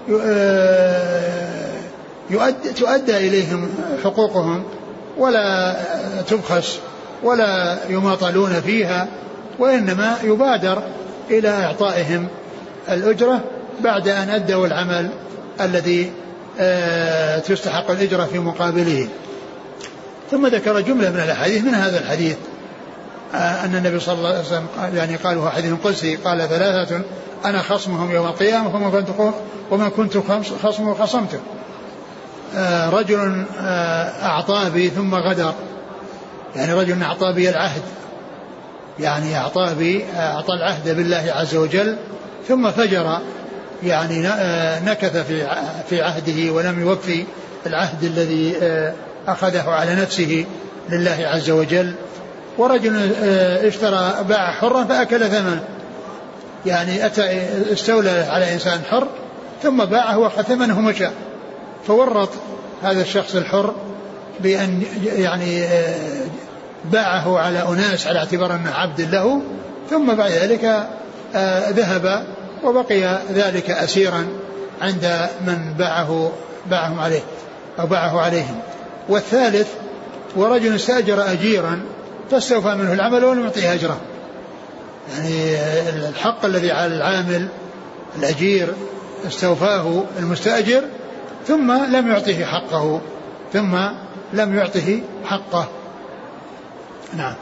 تؤدى إليهم حقوقهم ولا تبخس ولا يماطلون فيها، وإنما يبادر إلى إعطائهم الأجرة بعد أن أدوا العمل الذي تستحق الأجرة في مقابله. ثم ذكر جملة من الأحاديث من هذا الحديث أن النبي صلى الله عليه وسلم يعني قال هو حديث قدسي قال ثلاثة أنا خصمهم يوم القيامة ومن كنت خصمه خصمته. رجل أعطى بي ثم غدر، يعني رجل أعطى بي العهد، يعني أعطى بي أعطى العهد بالله عز وجل ثم فجر، يعني نكث في في عهده ولم يوفي العهد الذي أخذه على نفسه لله عز وجل. ورجل اشترى باع حرا فأكل ثمنه، يعني أتى استولى على إنسان حر ثم باعه وأخذ ثمنه مشى، فورط هذا الشخص الحر بأن يعني باعه على أناس على اعتبار أنه عبد له، ثم بعد ذلك ذهب وبقي ذلك أسيرا عند من باعه باعهم عليه أو باعه عليهم. والثالث ورجل استأجر أجيرا فاستوفى منه العمل ولم يعطيه أجره، يعني الحق الذي على العامل الأجير استوفاه المستأجر ثم لم يعطيه حقه ثم لم يعطيه حقه. نعم.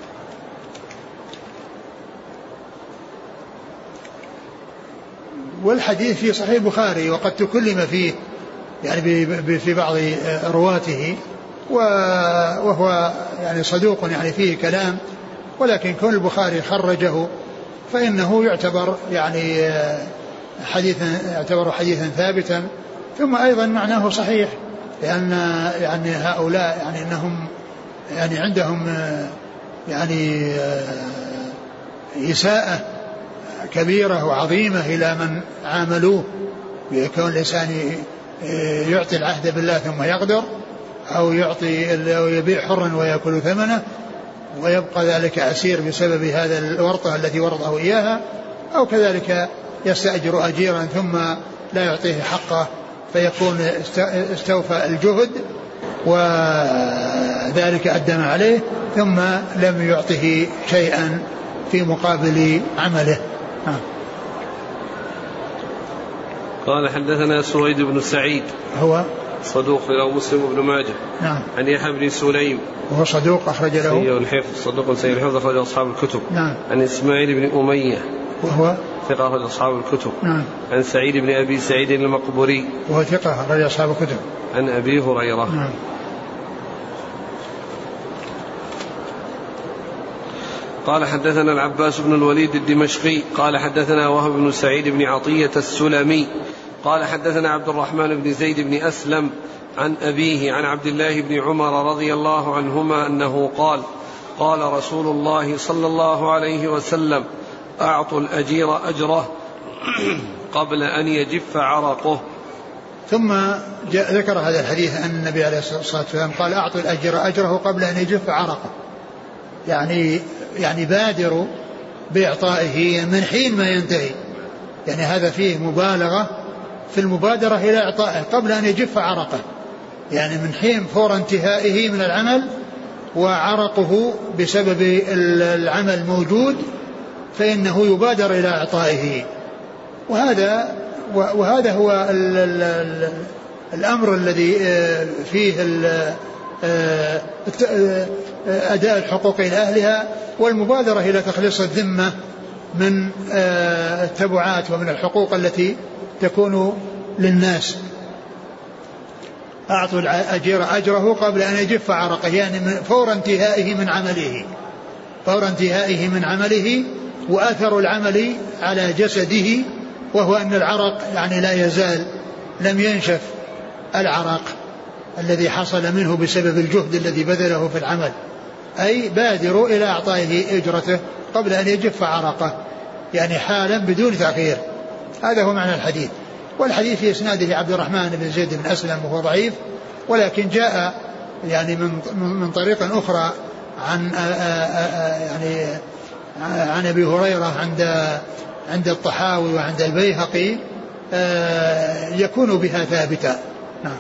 والحديث في صحيح البخاري وقد تكلم فيه يعني في بعض رواته، وهو يعني صدوق يعني فيه كلام، ولكن كون البخاري خرجه فإنه يعتبر يعني حديثا يعتبر حديثا ثابتا. ثم أيضا معناه صحيح، لأن يعني هؤلاء يعني أنهم يعني عندهم يعني إساءة كبيرة وعظيمة إلى من عاملوه، بكون الإنسان يعطي العهد بالله ثم يقدر، أو يعطي أو يبيع حرا ويأكل ثمنه ويبقى ذلك أسير بسبب هذا الورطة التي ورطه إياها، أو كذلك يستأجر أجيرا ثم لا يعطيه حقه فيكون استوفى الجهد وذلك أدى ما عليه ثم لم يعطه شيئا في مقابل عمله. ها. قال حدثنا سويد بن سعيد هو صدوق له مسلم بن ماجه. نعم. عن يحيى بن سليم وهو صدوق أخرج له سيء الحفظ صدوق سيء الحفظ أخرج أصحاب الكتب. نعم. عن إسماعيل بن أمية وهو ثقة أخرج أصحاب الكتب. نعم. عن سعيد بن أبي سعيد المقبوري وهو ثقة أخرج أصحاب الكتب. عن أبي هريرة. نعم. قال حدثنا العباس بن الوليد الدمشقي قال حدثنا وهب بن سعيد بن عطية السلمي قال حدثنا عبد الرحمن بن زيد بن أسلم عن أبيه عن عبد الله بن عمر رضي الله عنهما أنه قال قال رسول الله صلى الله عليه وسلم أعطوا الأجير أجره قبل أن يجف عرقه. ثم ذكر هذا الحديث أن النبي عليه الصلاة والسلام قال أعطوا الأجير أجره قبل أن يجف عرقه، يعني يعني بادروا بإعطائه من حين ما ينتهي، يعني هذا فيه مبالغة في المبادرة إلى إعطائه قبل أن يجف عرقه، يعني من حين فور انتهائه من العمل وعرقه بسبب العمل موجود فإنه يبادر إلى إعطائه. وهذا وهذا هو ال ال الأمر الذي فيه أداء الحقوق إلى أهلها والمبادرة إلى تخليص الذمة من التبعات ومن الحقوق التي تكون للناس. أعطوا الأجير أجره قبل أن يجف عرقه، يعني فور انتهائه من عمله فور انتهائه من عمله وأثر العمل على جسده، وهو أن العرق يعني لا يزال لم ينشف العرق الذي حصل منه بسبب الجهد الذي بذله في العمل، أي بادروا إلى إعطائه أجرته قبل أن يجف عرقه، يعني حالا بدون تأخير. هذا هو معنى الحديث. والحديث في إسناده عبد الرحمن بن زيد بن أسلم وهو ضعيف، ولكن جاء يعني من من طريق أخرى عن يعني عن أبي هريرة عند عند الطحاوي وعند البيهقي يكون بها ثابتا. نعم.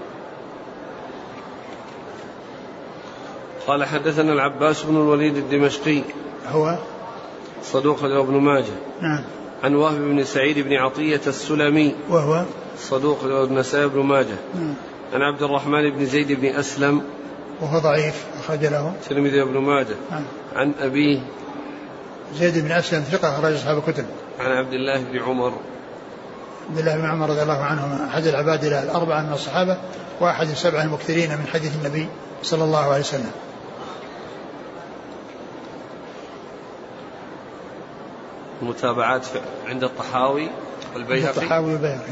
قال حدثنا العباس بن الوليد الدمشقي هو صدوق له ابن ماجه. نعم. عن وهب بن سعيد بن عطية السلمي وهو صدوق له النسائي بن ماجه. نعم. عن عبد الرحمن بن زيد بن أسلم وهو ضعيف أخرج له الترمذي وابن ماجه. نعم. عن أبيه زيد بن أسلم ثقة أخرج أصحاب الكتب. عن عبد الله بن عمر عبد الله بن عمر رضي الله عنهما أحد العباد الأربعة من الصحابة وأحد السبعة المكثرين من حديث النبي صلى الله عليه وسلم. المتابعات عند الطحاوي والبيهقي. الطحاوي والبيهقي.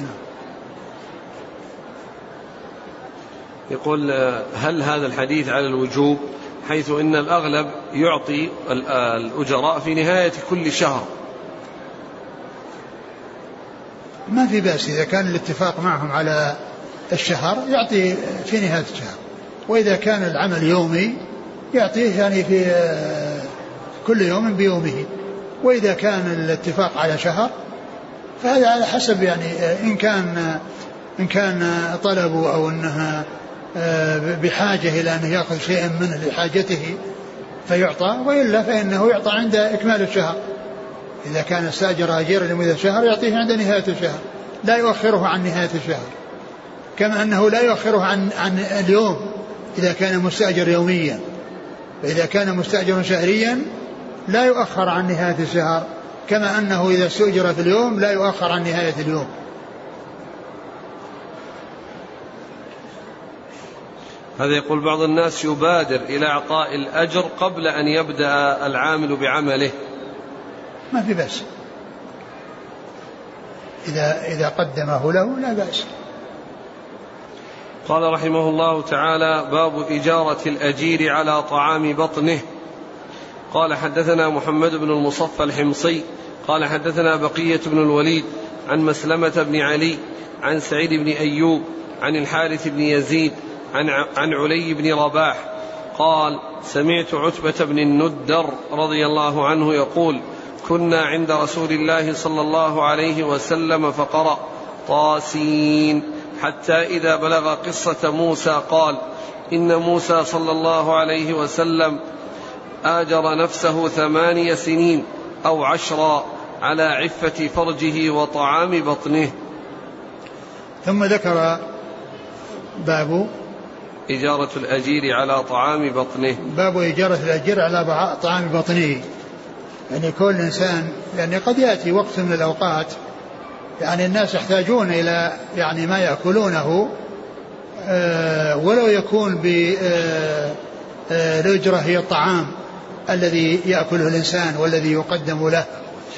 يقول هل هذا الحديث على الوجوب، حيث إن الأغلب يعطي الأجراء في نهاية كل شهر؟ ما في بأس إذا كان الاتفاق معهم على الشهر يعطي في نهاية الشهر، وإذا كان العمل يومي يعطيه يعني في كل يوم بيومه، وإذا كان الاتفاق على شهر فهذا على حسب يعني إن كان إن كان طلبه أو أنها بحاجة إلى أن يأخذ شيئا منه لحاجته فيعطى، وإلا فإنه يعطى عند إكمال الشهر. إذا كان استأجر أجيرا لمدة شهر يعطيه عند نهاية الشهر، لا يؤخره عن نهاية الشهر، كما أنه لا يؤخره عن عن اليوم إذا كان مستأجر يوميا، فإذا كان مستأجر شهريا لا يؤخر عن نهاية الشهر، كما أنه إذا استأجر في اليوم لا يؤخر عن نهاية اليوم. هذا يقول بعض الناس يبادر إلى إعطاء الأجر قبل أن يبدأ العامل بعمله. ما في بأس إذا إذا قدمه له لا بأس. قال رحمه الله تعالى: باب إجارة الأجير على طعام بطنه. قال حدثنا محمد بن المصفى الحمصي قال حدثنا بقية بن الوليد عن مسلمة بن علي عن سعيد بن أيوب عن الحارث بن يزيد عن عن علي بن رباح قال: سمعت عتبة بن الندر رضي الله عنه يقول: كنا عند رسول الله صلى الله عليه وسلم فقرأ طاسين حتى إذا بلغ قصة موسى قال: إن موسى صلى الله عليه وسلم آجر نفسه ثماني سنين أو عشرا على عفة فرجه وطعام بطنه. ثم ذكر باب إجارة الأجير على طعام بطنه. باب إجارة الأجير على طعام بطنه، يعني كل إنسان يعني قد يأتي وقت من الأوقات يعني الناس يحتاجون إلى يعني ما يأكلونه آه ولو يكون بالأجرة هي الطعام الذي يأكله الإنسان والذي يقدم له،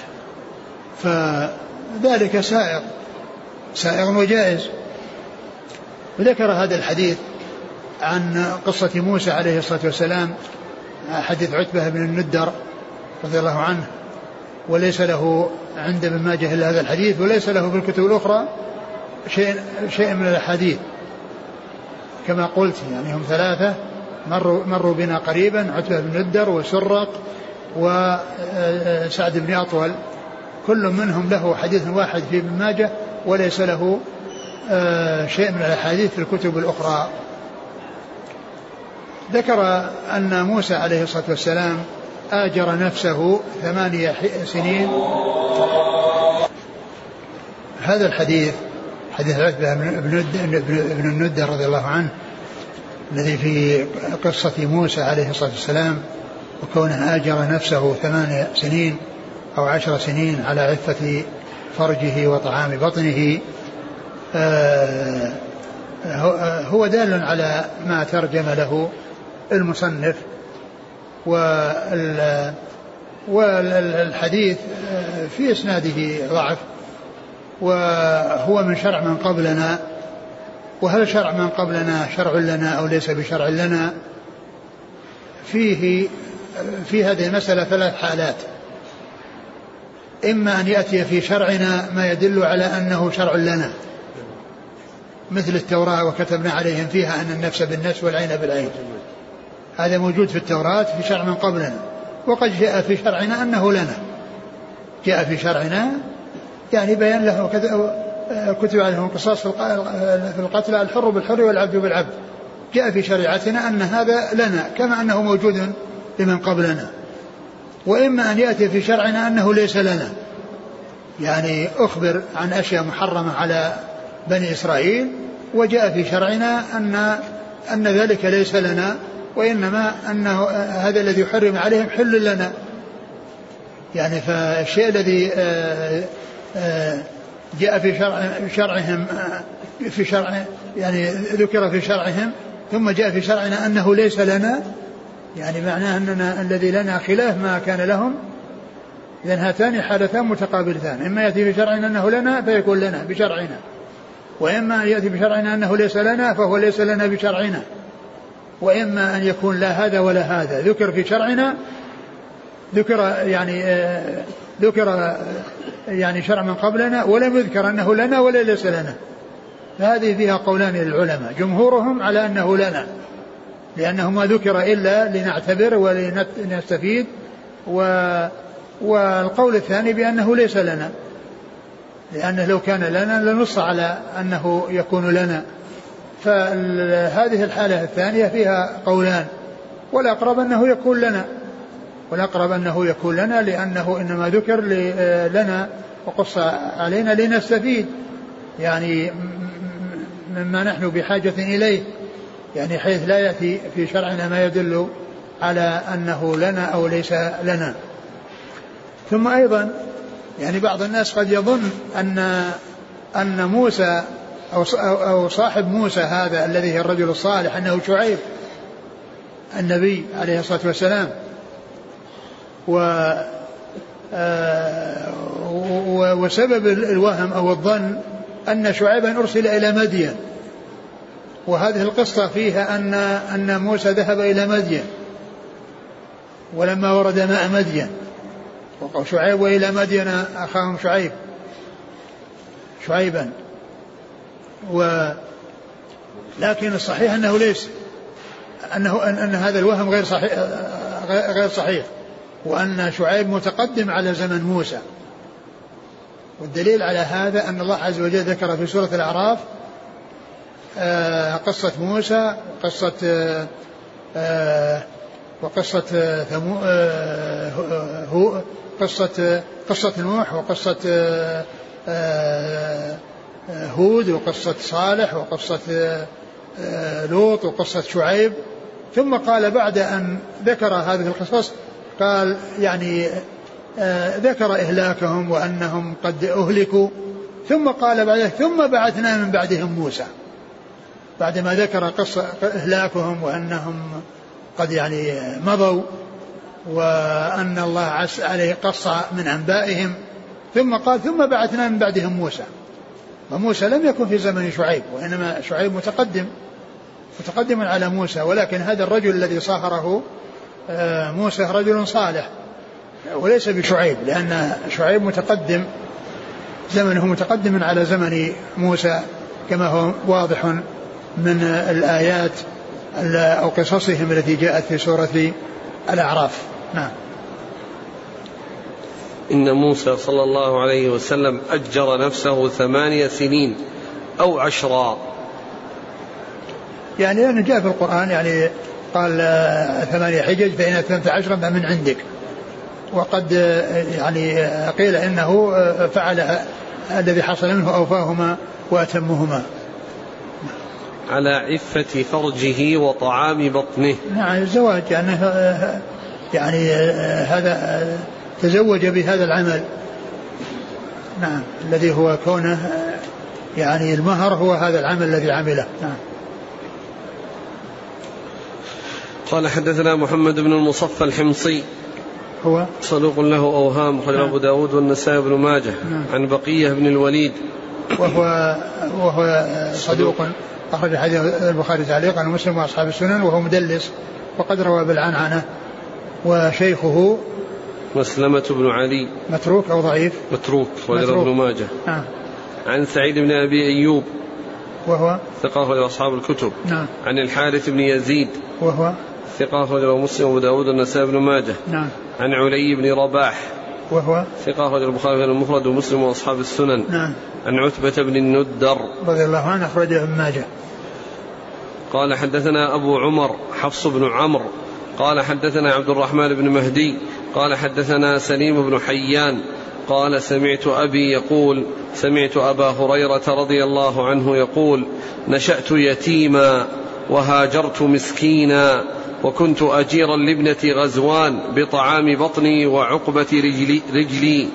فذلك سائغ سائغ وجائز. وذكر هذا الحديث عن قصة موسى عليه الصلاة والسلام، حديث عتبة بن الندر رضي الله عنه، وليس له عند ابن ماجه إلا هذا الحديث، وليس له في الكتب الأخرى شيء, شيء من الأحاديث كما قلت، يعني هم ثلاثة مروا, مروا بنا قريبا، عتبة بن الندر وسرق وسعد بن أطول، كل منهم له حديث واحد في ابن ماجه وليس له شيء من الأحاديث في الكتب الأخرى. ذكر أن موسى عليه الصلاة والسلام آجر نفسه ثمانية سنين. هذا الحديث حديث عتبة بن الندر رضي الله عنه الذي في قصة موسى عليه الصلاة والسلام وكونه آجر نفسه ثمانية سنين أو عشر سنين على عفة فرجه وطعام بطنه هو دال على ما ترجم له المصنف، والحديث في إسناده ضعف، وهو من شرع من قبلنا وهل شرع من قبلنا شرع لنا أو ليس بشرع لنا؟ فيه في هذه المسألة ثلاث حالات. إما أن يأتي في شرعنا ما يدل على أنه شرع لنا، مثل التوراة وكتبنا عليهم فيها أن النفس بالنفس والعين بالعين، هذا موجود في التوراة في شرع من قبلنا. وقد جاء في شرعنا أنه لنا، جاء في شرعنا يعني بيان له كتب عليهم القصاص في القتل الحر بالحر والعبد بالعبد، جاء في شريعتنا أن هذا لنا كما أنه موجود لمن قبلنا. وإما أن يأتي في شرعنا أنه ليس لنا، يعني أخبر عن أشياء محرمة على بني إسرائيل وجاء في شرعنا أن أن ذلك ليس لنا، وإنما أنه هذا الذي يحرم عليهم حل لنا. يعني فالشيء الذي جاء في شرع شرعهم في شرع يعني ذكر في شرعهم ثم جاء في شرعنا أنه ليس لنا، يعني معناه أننا الذي لنا خلاف ما كان لهم. إذن هاتان حالتان متقابلتان، إما يأتي في شرعنا أنه لنا فيكون لنا بشرعنا، وإما أن يأتي بشرعنا أنه ليس لنا فهو ليس لنا بشرعنا. وإما أن يكون لا هذا ولا هذا، ذكر في شرعنا ذكر يعني آه ذكر يعني شرع من قبلنا ولم يذكر أنه لنا ولا ليس لنا. فهذه فيها قولان للعلماء، جمهورهم على أنه لنا لأنه ما ذكر إلا لنعتبر ولنستفيد، والقول الثاني بأنه ليس لنا، لأنه لو كان لنا لنص على أنه يكون لنا. فهذه الحالة الثانية فيها قولان، والأقرب أنه يكون لنا، والأقرب أنه يكون لنا لأنه إنما ذكر لنا وقص علينا لنستفيد يعني مما نحن بحاجة إليه، يعني حيث لا يأتي في شرعنا ما يدل على أنه لنا أو ليس لنا. ثم أيضا يعني بعض الناس قد يظن أن أن موسى أو صاحب موسى هذا الذي هو الرجل الصالح أنه شعيب النبي عليه الصلاة والسلام، وسبب الوهم أو الظن أن شعيبا أرسل إلى مدين، وهذه القصة فيها أن أن موسى ذهب إلى مدين ولما ورد ماء مدين وقال شعيب وإلى مدين أخاهم شعيب شعيبا، ولكن الصحيح أنه ليس أنه أن هذا الوهم غير صحيح غير صحيح وأن شعيب متقدم على زمن موسى. والدليل على هذا أن الله عز وجل ذكر في سورة الأعراف قصة موسى وقصة وقصة ثمو هو قصة قصة نوح وقصة هود وقصة صالح وقصة لوط وقصة شعيب، ثم قال بعد أن ذكر هذه القصص قال يعني ذكر إهلاكهم وأنهم قد أهلكوا، ثم قال بعد ثم بعثنا من بعدهم موسى، بعدما ذكر قصة إهلاكهم وأنهم قد يعني مضوا وأن الله عز عليه قص من أنبائهم، ثم قال ثم بعثنا من بعدهم موسى. وموسى لم يكن في زمن شعيب، وإنما شعيب متقدم متقدم على موسى، ولكن هذا الرجل الذي صاهره موسى رجل صالح وليس بشعيب، لأن شعيب متقدم زمنه متقدم على زمن موسى كما هو واضح من الآيات أو قصصهم التي جاءت في سورة الأعراف. نعم. إن موسى صلى الله عليه وسلم أجر نفسه ثمانية سنين أو عشرا، يعني لأنه جاء في القرآن يعني قال ثمانية حجج فإن أتممت عشرا فمن عندك، وقد يعني قيل إنه فعل الذي حصل منه أوفاهما وأتمهما. على عفة فرجه وطعام بطنه. نعم الزواج يعني, يعني هذا تزوج بهذا العمل، نعم الذي هو كونه يعني المهر هو هذا العمل الذي عمله. نعم. قال حدثنا محمد بن المصفى الحمصي هو صدوق له أوهام، خرج أبو داود والنسائي بن ماجه. نعم. عن بقية بن الوليد وهو وهو صدوق أخرج حديث البخاري تعليقا ومسلم وأصحاب السنن، وهو مدلس وقد روى بالعنعنة. وشيخه مسلمة بن علي متروك أو ضعيف؟ متروك وغير ابن ماجه. نعم. عن سعيد بن أبي أيوب وهو ثقة أخرج أصحاب الكتب. نعم. عن الحارث بن يزيد وهو ثقة أخرج مسلم وأبو داود والنسائي بن ماجه. نعم. عن علي بن رباح وهو ثقة أخرج البخاري المفرد ومسلم وأصحاب السنن. نعم. عن عتبة بن الندر رضي الله عنه أخرجه ابن ماجه. قال حدثنا أبو عمر حفص بن عمرو قال حدثنا عبد الرحمن بن مهدي قال حدثنا سليم بن حيان قال سمعت أبي يقول سمعت أبا هريرة رضي الله عنه يقول نشأت يتيما وهاجرت مسكينا وكنت أجيرا لابنة غزوان بطعام بطني وعقبة رجلي, رجلي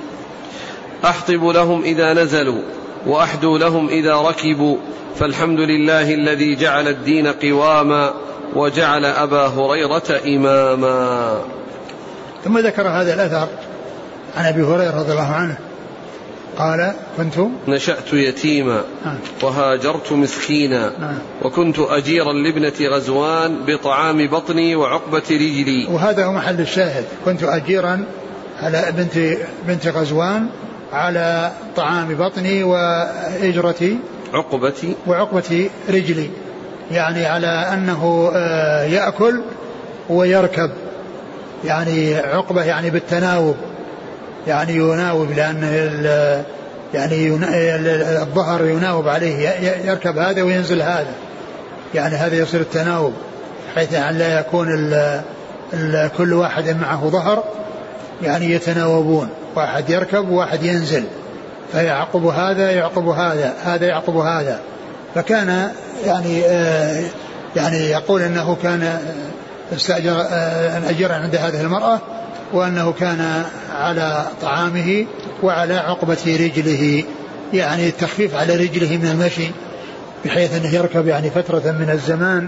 أحطب لهم إذا نزلوا وأحدو لهم إذا ركبوا فالحمد لله الذي جعل الدين قواما وجعل أبا هريرة إماما. ثم ذكر هذا الأثر عن أبي هريرة رضي الله عنه قال كنت نشأت يتيما وهاجرت مسكينا وكنت أجيرا لابنة غزوان بطعام بطني وعقبة رجلي. وهذا هو محل الشاهد، كنت أجيرا على بنت بنت غزوان على طعام بطني وإجرتي عقبتي وعقبة رجلي، يعني على أنه يأكل ويركب، يعني عقبة يعني بالتناوب، يعني يناوب لأن يعني الظهر يناوب عليه، يركب هذا وينزل هذا، يعني هذا يصير التناوب حيث أن لا يكون ال ال كل واحد معه ظهر، يعني يتناوبون، واحد يركب وواحد ينزل، فيعقب هذا يعقب هذا هذا يعقب هذا. فكان يعني آه يعني يقول أنه كان استأجر أن أجر عند هذه المرأة، وأنه كان على طعامه وعلى عقبة رجله، يعني التخفيف على رجله من المشي بحيث أنه يركب يعني فترة من الزمان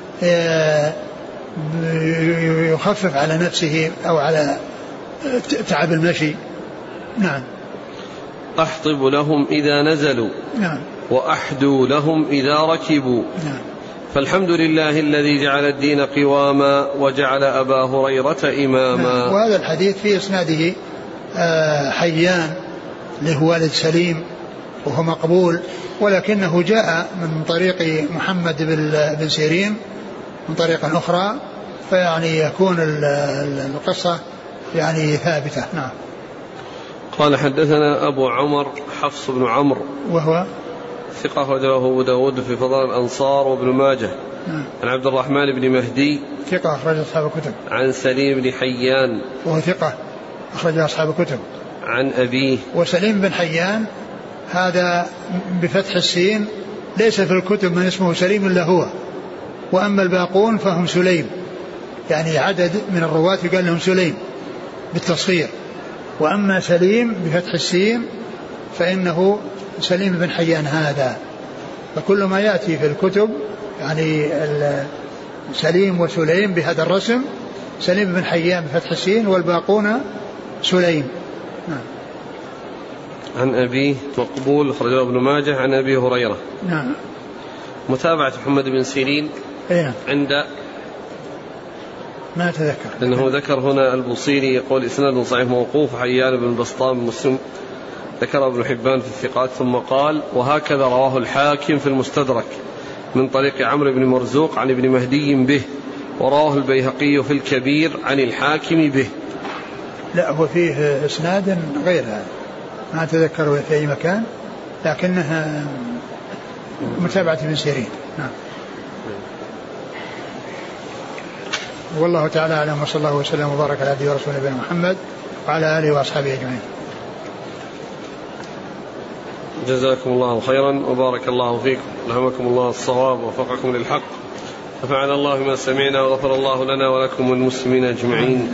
يخفف على نفسه أو على تعب المشي. نعم. أحطب لهم إذا نزلوا نعم. وأحدو لهم إذا ركبوا. نعم. فالحمد لله الذي جعل الدين قواما وجعل أبا هريرة إماما. نعم. وهذا الحديث في إسناده حيان اللي هو والد سليم وهو مقبول، ولكنه جاء من طريق محمد بن سيرين من طريق أخرى، فيعني يكون القصة يعني ثابتة. نعم. قال حدثنا أبو عمر حفص بن عمرو وهو ثقة أخرجه أبو داود في فضائل الأنصار وابن ماجه. نعم. عن عبد الرحمن بن مهدي ثقة أخرج أصحاب الكتب. عن سليم بن حيان وهو ثقة أخرج أصحاب الكتب. عن أبيه. وسليم بن حيان هذا بفتح السين ليس في الكتب من اسمه سليم إلا هو، وأما الباقون فهم سليم، يعني عدد من الرواة يقال لهم سليم بالتصغير، وأما سليم بفتح السين فإنه سليم بن حيان هذا. فكل ما يأتي في الكتب يعني سليم وسليم بهذا الرسم، سليم بن حيان بفتح السين والباقون سليم. نعم. عن أبيه مقبول أخرجه ابن ماجه عن أبي هريرة. نعم. متابعة محمد بن سيرين إيه؟ عند ما أتذكر، لأنه ذكر هنا البصيري يقول إسناد صحيح موقوف حيان بن بسطام مسلم، ذكر ابن حبان في الثقات، ثم قال وهكذا رواه الحاكم في المستدرك من طريق عمرو بن مرزوق عن ابن مهدي به، ورواه البيهقي في الكبير عن الحاكم به. لا هو فيه إسناد غير هذا ما أتذكر في أي مكان، لكنها متابعة ابن سيرين. نعم. والله تعالى أعلم، وصلى الله وسلم وبارك على عبده ورسوله نبينا محمد وعلى آله وأصحابه أجمعين. جزاكم الله خيرا وبارك الله فيكم، ألهمكم الله الصواب ووفقكم للحق، نفعنا الله ما سمعنا وغفر الله لنا ولكم والمسلمين أجمعين.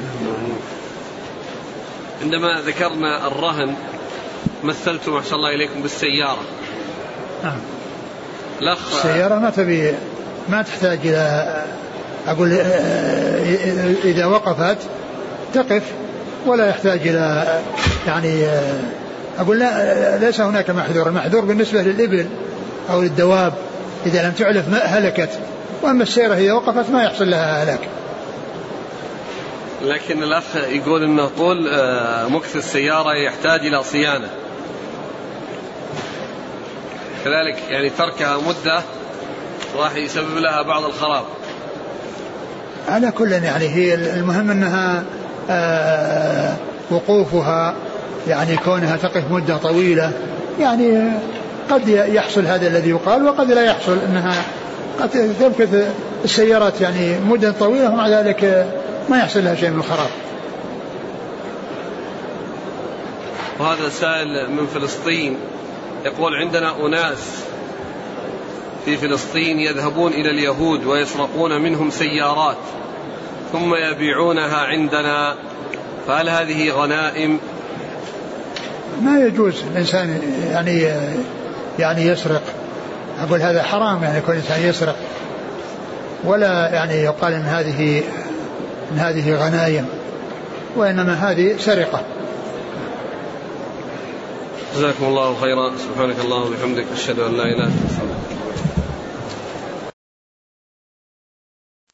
عندما ذكرنا الرهن مثلتم ما شاء الله إليكم بالسيارة. نعم. السيارة ما تبي ما تحتاج إلى أقول إذا وقفت تقف، ولا يحتاج إلى يعني أقول لا ليس هناك محذور. المحذور بالنسبة للإبل أو للدواب إذا لم تعلف ما هلكت، وأما السيارة هي وقفت ما يحصل لها هلاك. لكن الأخ يقول أنه طول مكث السيارة يحتاج إلى صيانة، كذلك يعني تركها مدة راح يسبب لها بعض الخراب. على كل يعني هي المهم أنها آه وقوفها يعني كونها تقف مدة طويلة يعني قد يحصل هذا الذي يقال وقد لا يحصل، أنها قد تمكث السيارات يعني مدة طويلة ومع ذلك ما يحصل لها شيء من الخراب. وهذا سائل من فلسطين يقول عندنا أناس في فلسطين يذهبون إلى اليهود ويسرقون منهم سيارات ثم يبيعونها عندنا، فهل هذه غنائم؟ ما يجوز الإنسان يعني يعني يسرق، أقول هذا حرام يعني يكون الإنسان يسرق، ولا يعني يقال إن هذه إن هذه غنائم، وإنما هذه سرقة. جزاكم الله خيرا. سبحانك اللهم وبحمدك أشهد أن لا إله إلا أنت.